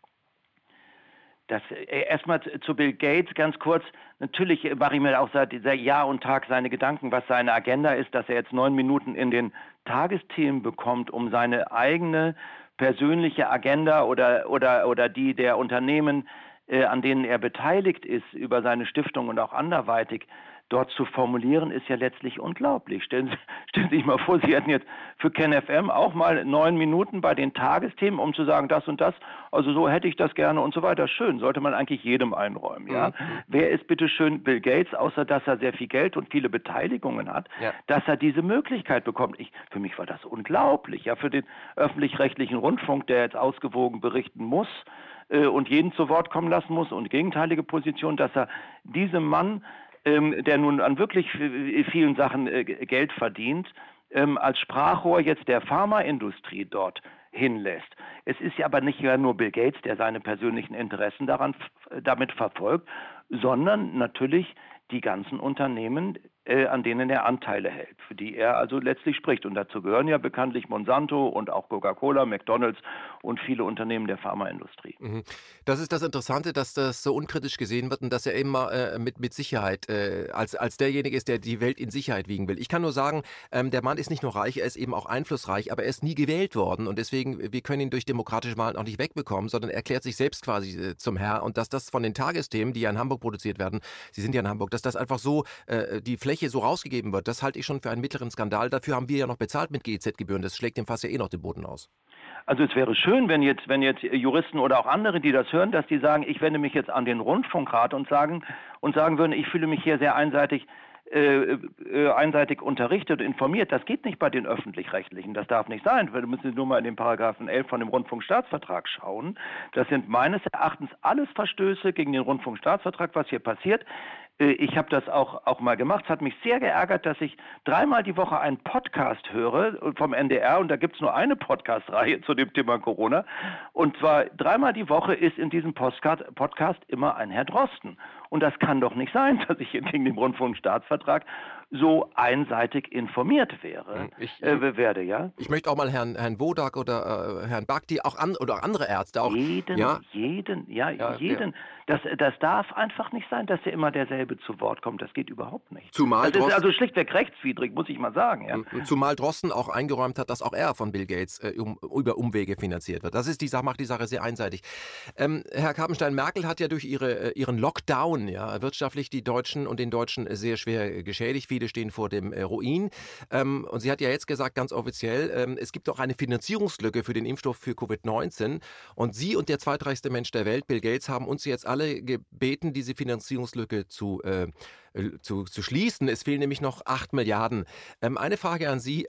Das, äh, erstmal zu Bill Gates ganz kurz. Natürlich mache ich mir auch seit Jahr und Tag seine Gedanken, was seine Agenda ist, dass er jetzt neun Minuten in den Tagesthemen bekommt, um seine eigene persönliche Agenda oder, oder, oder die der Unternehmen, äh, an denen er beteiligt ist, über seine Stiftung und auch anderweitig dort zu formulieren, ist ja letztlich unglaublich. Stellen Sie, stellen Sie sich mal vor, Sie hätten jetzt für KenFM auch mal neun Minuten bei den Tagesthemen, um zu sagen, das und das, also so hätte ich das gerne und so weiter. Schön, sollte man eigentlich jedem einräumen. Ja? Mhm. Wer ist bitte schön Bill Gates, außer dass er sehr viel Geld und viele Beteiligungen hat, ja, dass er diese Möglichkeit bekommt? Ich, für mich war das unglaublich. Ja, für den öffentlich-rechtlichen Rundfunk, der jetzt ausgewogen berichten muss äh, und jeden zu Wort kommen lassen muss und gegenteilige Position, dass er diesem Mann, Ähm, der nun an wirklich vielen Sachen äh, Geld verdient, ähm, als Sprachrohr jetzt der Pharmaindustrie dort hinlässt. Es ist ja aber nicht nur Bill Gates, der seine persönlichen Interessen daran damit verfolgt, sondern natürlich die ganzen Unternehmen, äh, an denen er Anteile hält, für die er also letztlich spricht. Und dazu gehören ja bekanntlich Monsanto und auch Coca-Cola, McDonald's und viele Unternehmen der Pharmaindustrie. Mhm. Das ist das Interessante, dass das so unkritisch gesehen wird und dass er immer äh, mit, mit Sicherheit äh, als, als derjenige ist, der die Welt in Sicherheit wiegen will. Ich kann nur sagen, ähm, der Mann ist nicht nur reich, er ist eben auch einflussreich, aber er ist nie gewählt worden und deswegen, wir können ihn durch demokratische Wahlen auch nicht wegbekommen, sondern er erklärt sich selbst quasi äh, zum Herr und dass das von den Tagesthemen, die ja in Hamburg produziert werden, Sie sind ja in Hamburg, dass das einfach so, äh, die Fläche so rausgegeben wird, das halte ich schon für einen mittleren Skandal. Dafür haben wir ja noch bezahlt mit G E Z-Gebühren, das schlägt dem Fass ja eh noch den Boden aus. Also es wäre schön, wenn jetzt, wenn jetzt Juristen oder auch andere, die das hören, dass die sagen, ich wende mich jetzt an den Rundfunkrat und sagen und sagen würden, ich fühle mich hier sehr einseitig äh, äh, einseitig unterrichtet und informiert. Das geht nicht bei den Öffentlich-Rechtlichen. Das darf nicht sein. Wir müssen nur mal in den Paragraphen elf von dem Rundfunkstaatsvertrag schauen. Das sind meines Erachtens alles Verstöße gegen den Rundfunkstaatsvertrag, was hier passiert. Ich habe das auch, auch mal gemacht. Es hat mich sehr geärgert, dass ich dreimal die Woche einen Podcast höre vom N D R und da gibt es nur eine Podcast-Reihe zu dem Thema Corona. Und zwar dreimal die Woche ist in diesem Podcast, Podcast immer ein Herr Drosten. Und das kann doch nicht sein, dass ich hier gegen den Rundfunkstaatsvertrag so einseitig informiert wäre, ich, äh, werde, ja. Ich möchte auch mal Herrn, Herrn Wodak oder äh, Herrn Bakti auch an, oder andere Ärzte auch. Jeden, ja, jeden, ja, ja jeden. Ja. Das, das darf einfach nicht sein, dass der immer derselbe zu Wort kommt. Das geht überhaupt nicht. Zumal das ist also schlichtweg rechtswidrig, muss ich mal sagen. Ja. Zumal Drosten auch eingeräumt hat, dass auch er von Bill Gates äh, um, über Umwege finanziert wird. Das ist die Sache, macht die Sache sehr einseitig. Ähm, Herr Karpenstein, Merkel hat ja durch ihre, ihren Lockdown ja, wirtschaftlich die Deutschen und den Deutschen sehr schwer geschädigt. Viele stehen vor dem äh, Ruin. Ähm, und sie hat ja jetzt gesagt, ganz offiziell, ähm, es gibt auch eine Finanzierungslücke für den Impfstoff für Covid neunzehn. Und Sie und der zweitreichste Mensch der Welt, Bill Gates, haben uns jetzt alle gebeten, diese Finanzierungslücke zu, äh, zu, zu schließen. Es fehlen nämlich noch acht Milliarden. Ähm, eine Frage an Sie.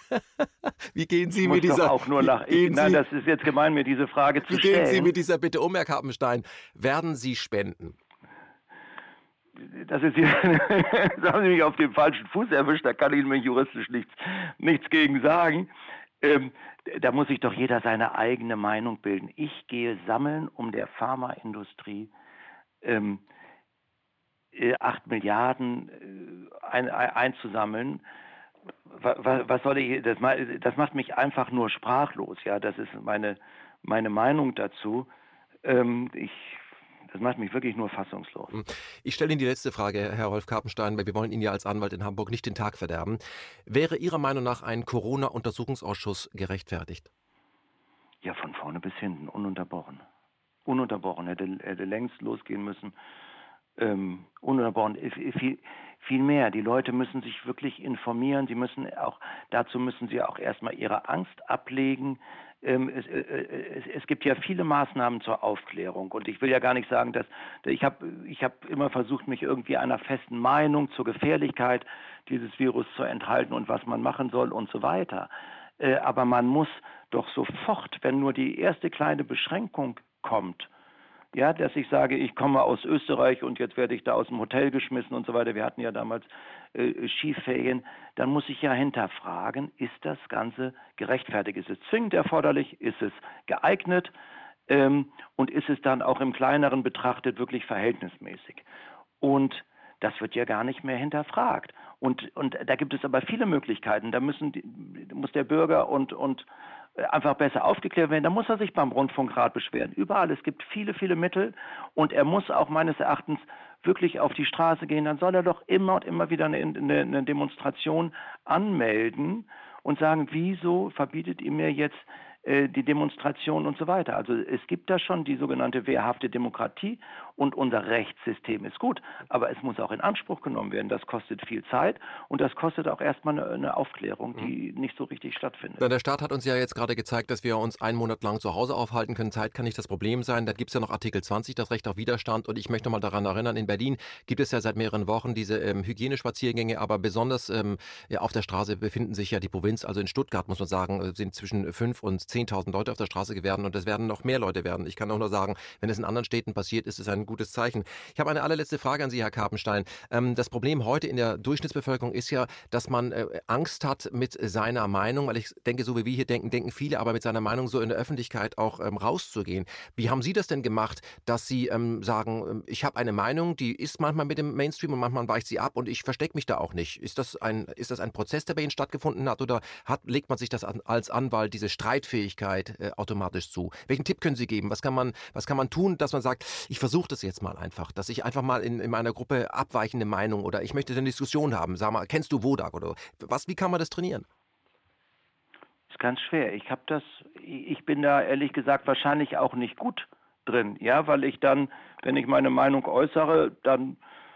Wie gehen Sie ich mit dieser... Auch nur nach, ich, nein, das ist jetzt gemein, mir diese Frage zu wie stellen. Wie gehen Sie mit dieser Bitte um, Herr Karpenstein? Werden Sie spenden? Das ist hier, das haben Sie mich auf dem falschen Fuß erwischt, da kann ich mir juristisch nichts, nichts gegen sagen. Ähm, da muss sich doch jeder seine eigene Meinung bilden. Ich gehe sammeln, um der Pharmaindustrie ähm, acht Milliarden äh, ein, ein, einzusammeln. Was, was soll ich, das, das macht mich einfach nur sprachlos. Ja, das ist meine, meine Meinung dazu. Ähm, ich Das macht mich wirklich nur fassungslos. Ich stelle Ihnen die letzte Frage, Herr Rolf Karpenstein, weil wir wollen Ihnen ja als Anwalt in Hamburg nicht den Tag verderben. Wäre Ihrer Meinung nach ein Corona-Untersuchungsausschuss gerechtfertigt? Ja, von vorne bis hinten, ununterbrochen. Ununterbrochen, hätte, hätte längst losgehen müssen. Ähm, ununterbrochen, viel, viel mehr. Die Leute müssen sich wirklich informieren. Sie müssen auch, dazu müssen sie auch erstmal ihre Angst ablegen. Ähm, es, äh, es, es gibt ja viele Maßnahmen zur Aufklärung und ich will ja gar nicht sagen, dass ich habe ich hab immer versucht, mich irgendwie einer festen Meinung zur Gefährlichkeit dieses Virus zu enthalten und was man machen soll und so weiter. Äh, aber man muss doch sofort, wenn nur die erste kleine Beschränkung kommt, ja, dass ich sage, ich komme aus Österreich und jetzt werde ich da aus dem Hotel geschmissen und so weiter. Wir hatten ja damals äh, Skiferien. Dann muss ich ja hinterfragen, ist das Ganze gerechtfertigt? Ist es zwingend erforderlich? Ist es geeignet? Ähm, und ist es dann auch im Kleineren betrachtet wirklich verhältnismäßig? Und das wird ja gar nicht mehr hinterfragt. Und, und da gibt es aber viele Möglichkeiten. Da müssen die, muss der Bürger und, und einfach besser aufgeklärt werden. Da muss er sich beim Rundfunkrat beschweren. Überall. Es gibt viele, viele Mittel. Und er muss auch meines Erachtens wirklich auf die Straße gehen. Dann soll er doch immer und immer wieder eine, eine, eine Demonstration anmelden und sagen, wieso verbietet ihr mir jetzt äh, die Demonstration und so weiter. Also es gibt da schon die sogenannte wehrhafte Demokratie und unser Rechtssystem ist gut, aber es muss auch in Anspruch genommen werden. Das kostet viel Zeit und das kostet auch erstmal eine, eine Aufklärung, die mhm. nicht so richtig stattfindet. Na, der Staat hat uns ja jetzt gerade gezeigt, dass wir uns einen Monat lang zu Hause aufhalten können. Zeit kann nicht das Problem sein. Da gibt es ja noch Artikel zwanzig, das Recht auf Widerstand. Und ich möchte mal daran erinnern, in Berlin gibt es ja seit mehreren Wochen diese ähm, Hygienespaziergänge, aber besonders ähm, ja, auf der Straße befinden sich ja die Provinz, also in Stuttgart muss man sagen, sind zwischen fünftausend und zehntausend Leute auf der Straße geworden und es werden noch mehr Leute werden. Ich kann auch nur sagen, wenn es in anderen Städten passiert, ist es ein gutes Zeichen. Ich habe eine allerletzte Frage an Sie, Herr Karpenstein. Ähm, das Problem heute in der Durchschnittsbevölkerung ist ja, dass man äh, Angst hat mit seiner Meinung, weil ich denke, so wie wir hier denken, denken viele, aber mit seiner Meinung so in der Öffentlichkeit auch ähm, rauszugehen. Wie haben Sie das denn gemacht, dass Sie ähm, sagen, ähm, ich habe eine Meinung, die ist manchmal mit dem Mainstream und manchmal weicht sie ab und ich verstecke mich da auch nicht. Ist das ein, ist das ein Prozess, der bei Ihnen stattgefunden hat oder hat, legt man sich das an, als Anwalt, diese Streitfähigkeit äh, automatisch zu? Welchen Tipp können Sie geben? Was kann man, was kann man tun, dass man sagt, ich versuche das jetzt mal einfach, dass ich einfach mal in, in meiner Gruppe abweichende Meinung oder ich möchte eine Diskussion haben. Sag mal, kennst du Wodak oder was? Wie kann man das trainieren? Das ist ganz schwer. Ich habe das, ich bin da ehrlich gesagt wahrscheinlich auch nicht gut drin, ja, weil ich dann, wenn ich meine Meinung äußere, dann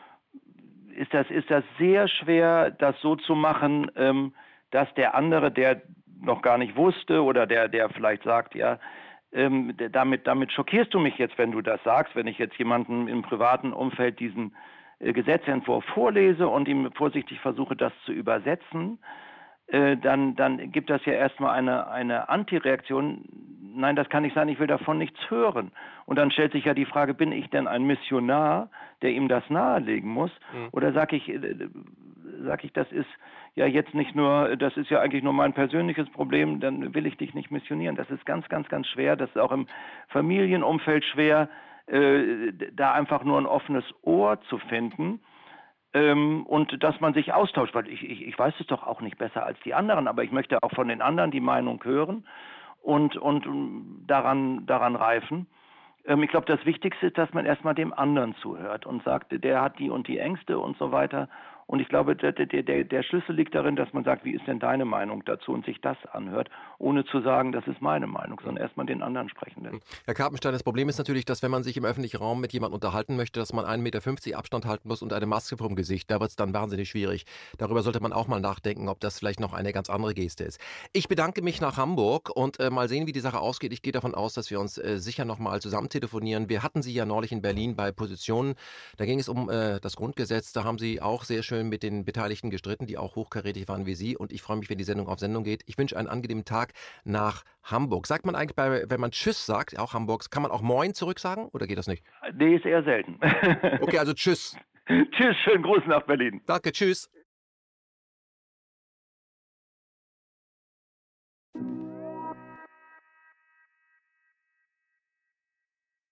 ist das, ist das sehr schwer, das so zu machen, ähm, dass der andere, der noch gar nicht wusste oder der, der vielleicht sagt, ja, ähm, damit, damit schockierst du mich jetzt, wenn du das sagst, wenn ich jetzt jemanden im privaten Umfeld diesen äh, Gesetzentwurf vorlese und ihm vorsichtig versuche, das zu übersetzen, äh, dann, dann gibt das ja erstmal eine, eine Antireaktion. Nein, das kann nicht sein, ich will davon nichts hören. Und dann stellt sich ja die Frage, bin ich denn ein Missionar, der ihm das nahelegen muss? Mhm. Oder sage ich, äh, sag ich, das ist ja jetzt nicht nur, das ist ja eigentlich nur mein persönliches Problem, dann will ich dich nicht missionieren. Das ist ganz, ganz, ganz schwer. Das ist auch im Familienumfeld schwer, äh, da einfach nur ein offenes Ohr zu finden. Ähm, und dass man sich austauscht, weil ich, ich, ich weiß es doch auch nicht besser als die anderen, aber ich möchte auch von den anderen die Meinung hören und, und daran, daran reifen. Ähm, ich glaube, das Wichtigste ist, dass man erstmal dem anderen zuhört und sagt, der hat die und die Ängste und so weiter. Und ich glaube, der, der, der, der Schlüssel liegt darin, dass man sagt, wie ist denn deine Meinung dazu und sich das anhört, ohne zu sagen, das ist meine Meinung, sondern erstmal den anderen sprechen lässt. Herr Karpenstein, das Problem ist natürlich, dass wenn man sich im öffentlichen Raum mit jemandem unterhalten möchte, dass man einen Meter fünfzig Abstand halten muss und eine Maske vom Gesicht. Da wird es dann wahnsinnig schwierig. Darüber sollte man auch mal nachdenken, ob das vielleicht noch eine ganz andere Geste ist. Ich bedanke mich nach Hamburg und äh, mal sehen, wie die Sache ausgeht. Ich gehe davon aus, dass wir uns äh, sicher noch mal zusammen telefonieren. Wir hatten Sie ja neulich in Berlin bei Positionen. Da ging es um äh, das Grundgesetz. Da haben Sie auch sehr schön mit den Beteiligten gestritten, die auch hochkarätig waren wie Sie. Und ich freue mich, wenn die Sendung auf Sendung geht. Ich wünsche einen angenehmen Tag nach Hamburg. Sagt man eigentlich, bei, wenn man Tschüss sagt, auch Hamburgs, kann man auch Moin zurück sagen oder geht das nicht? Nee, ist eher selten. Okay, also Tschüss. Tschüss, schönen Gruß nach Berlin. Danke, tschüss.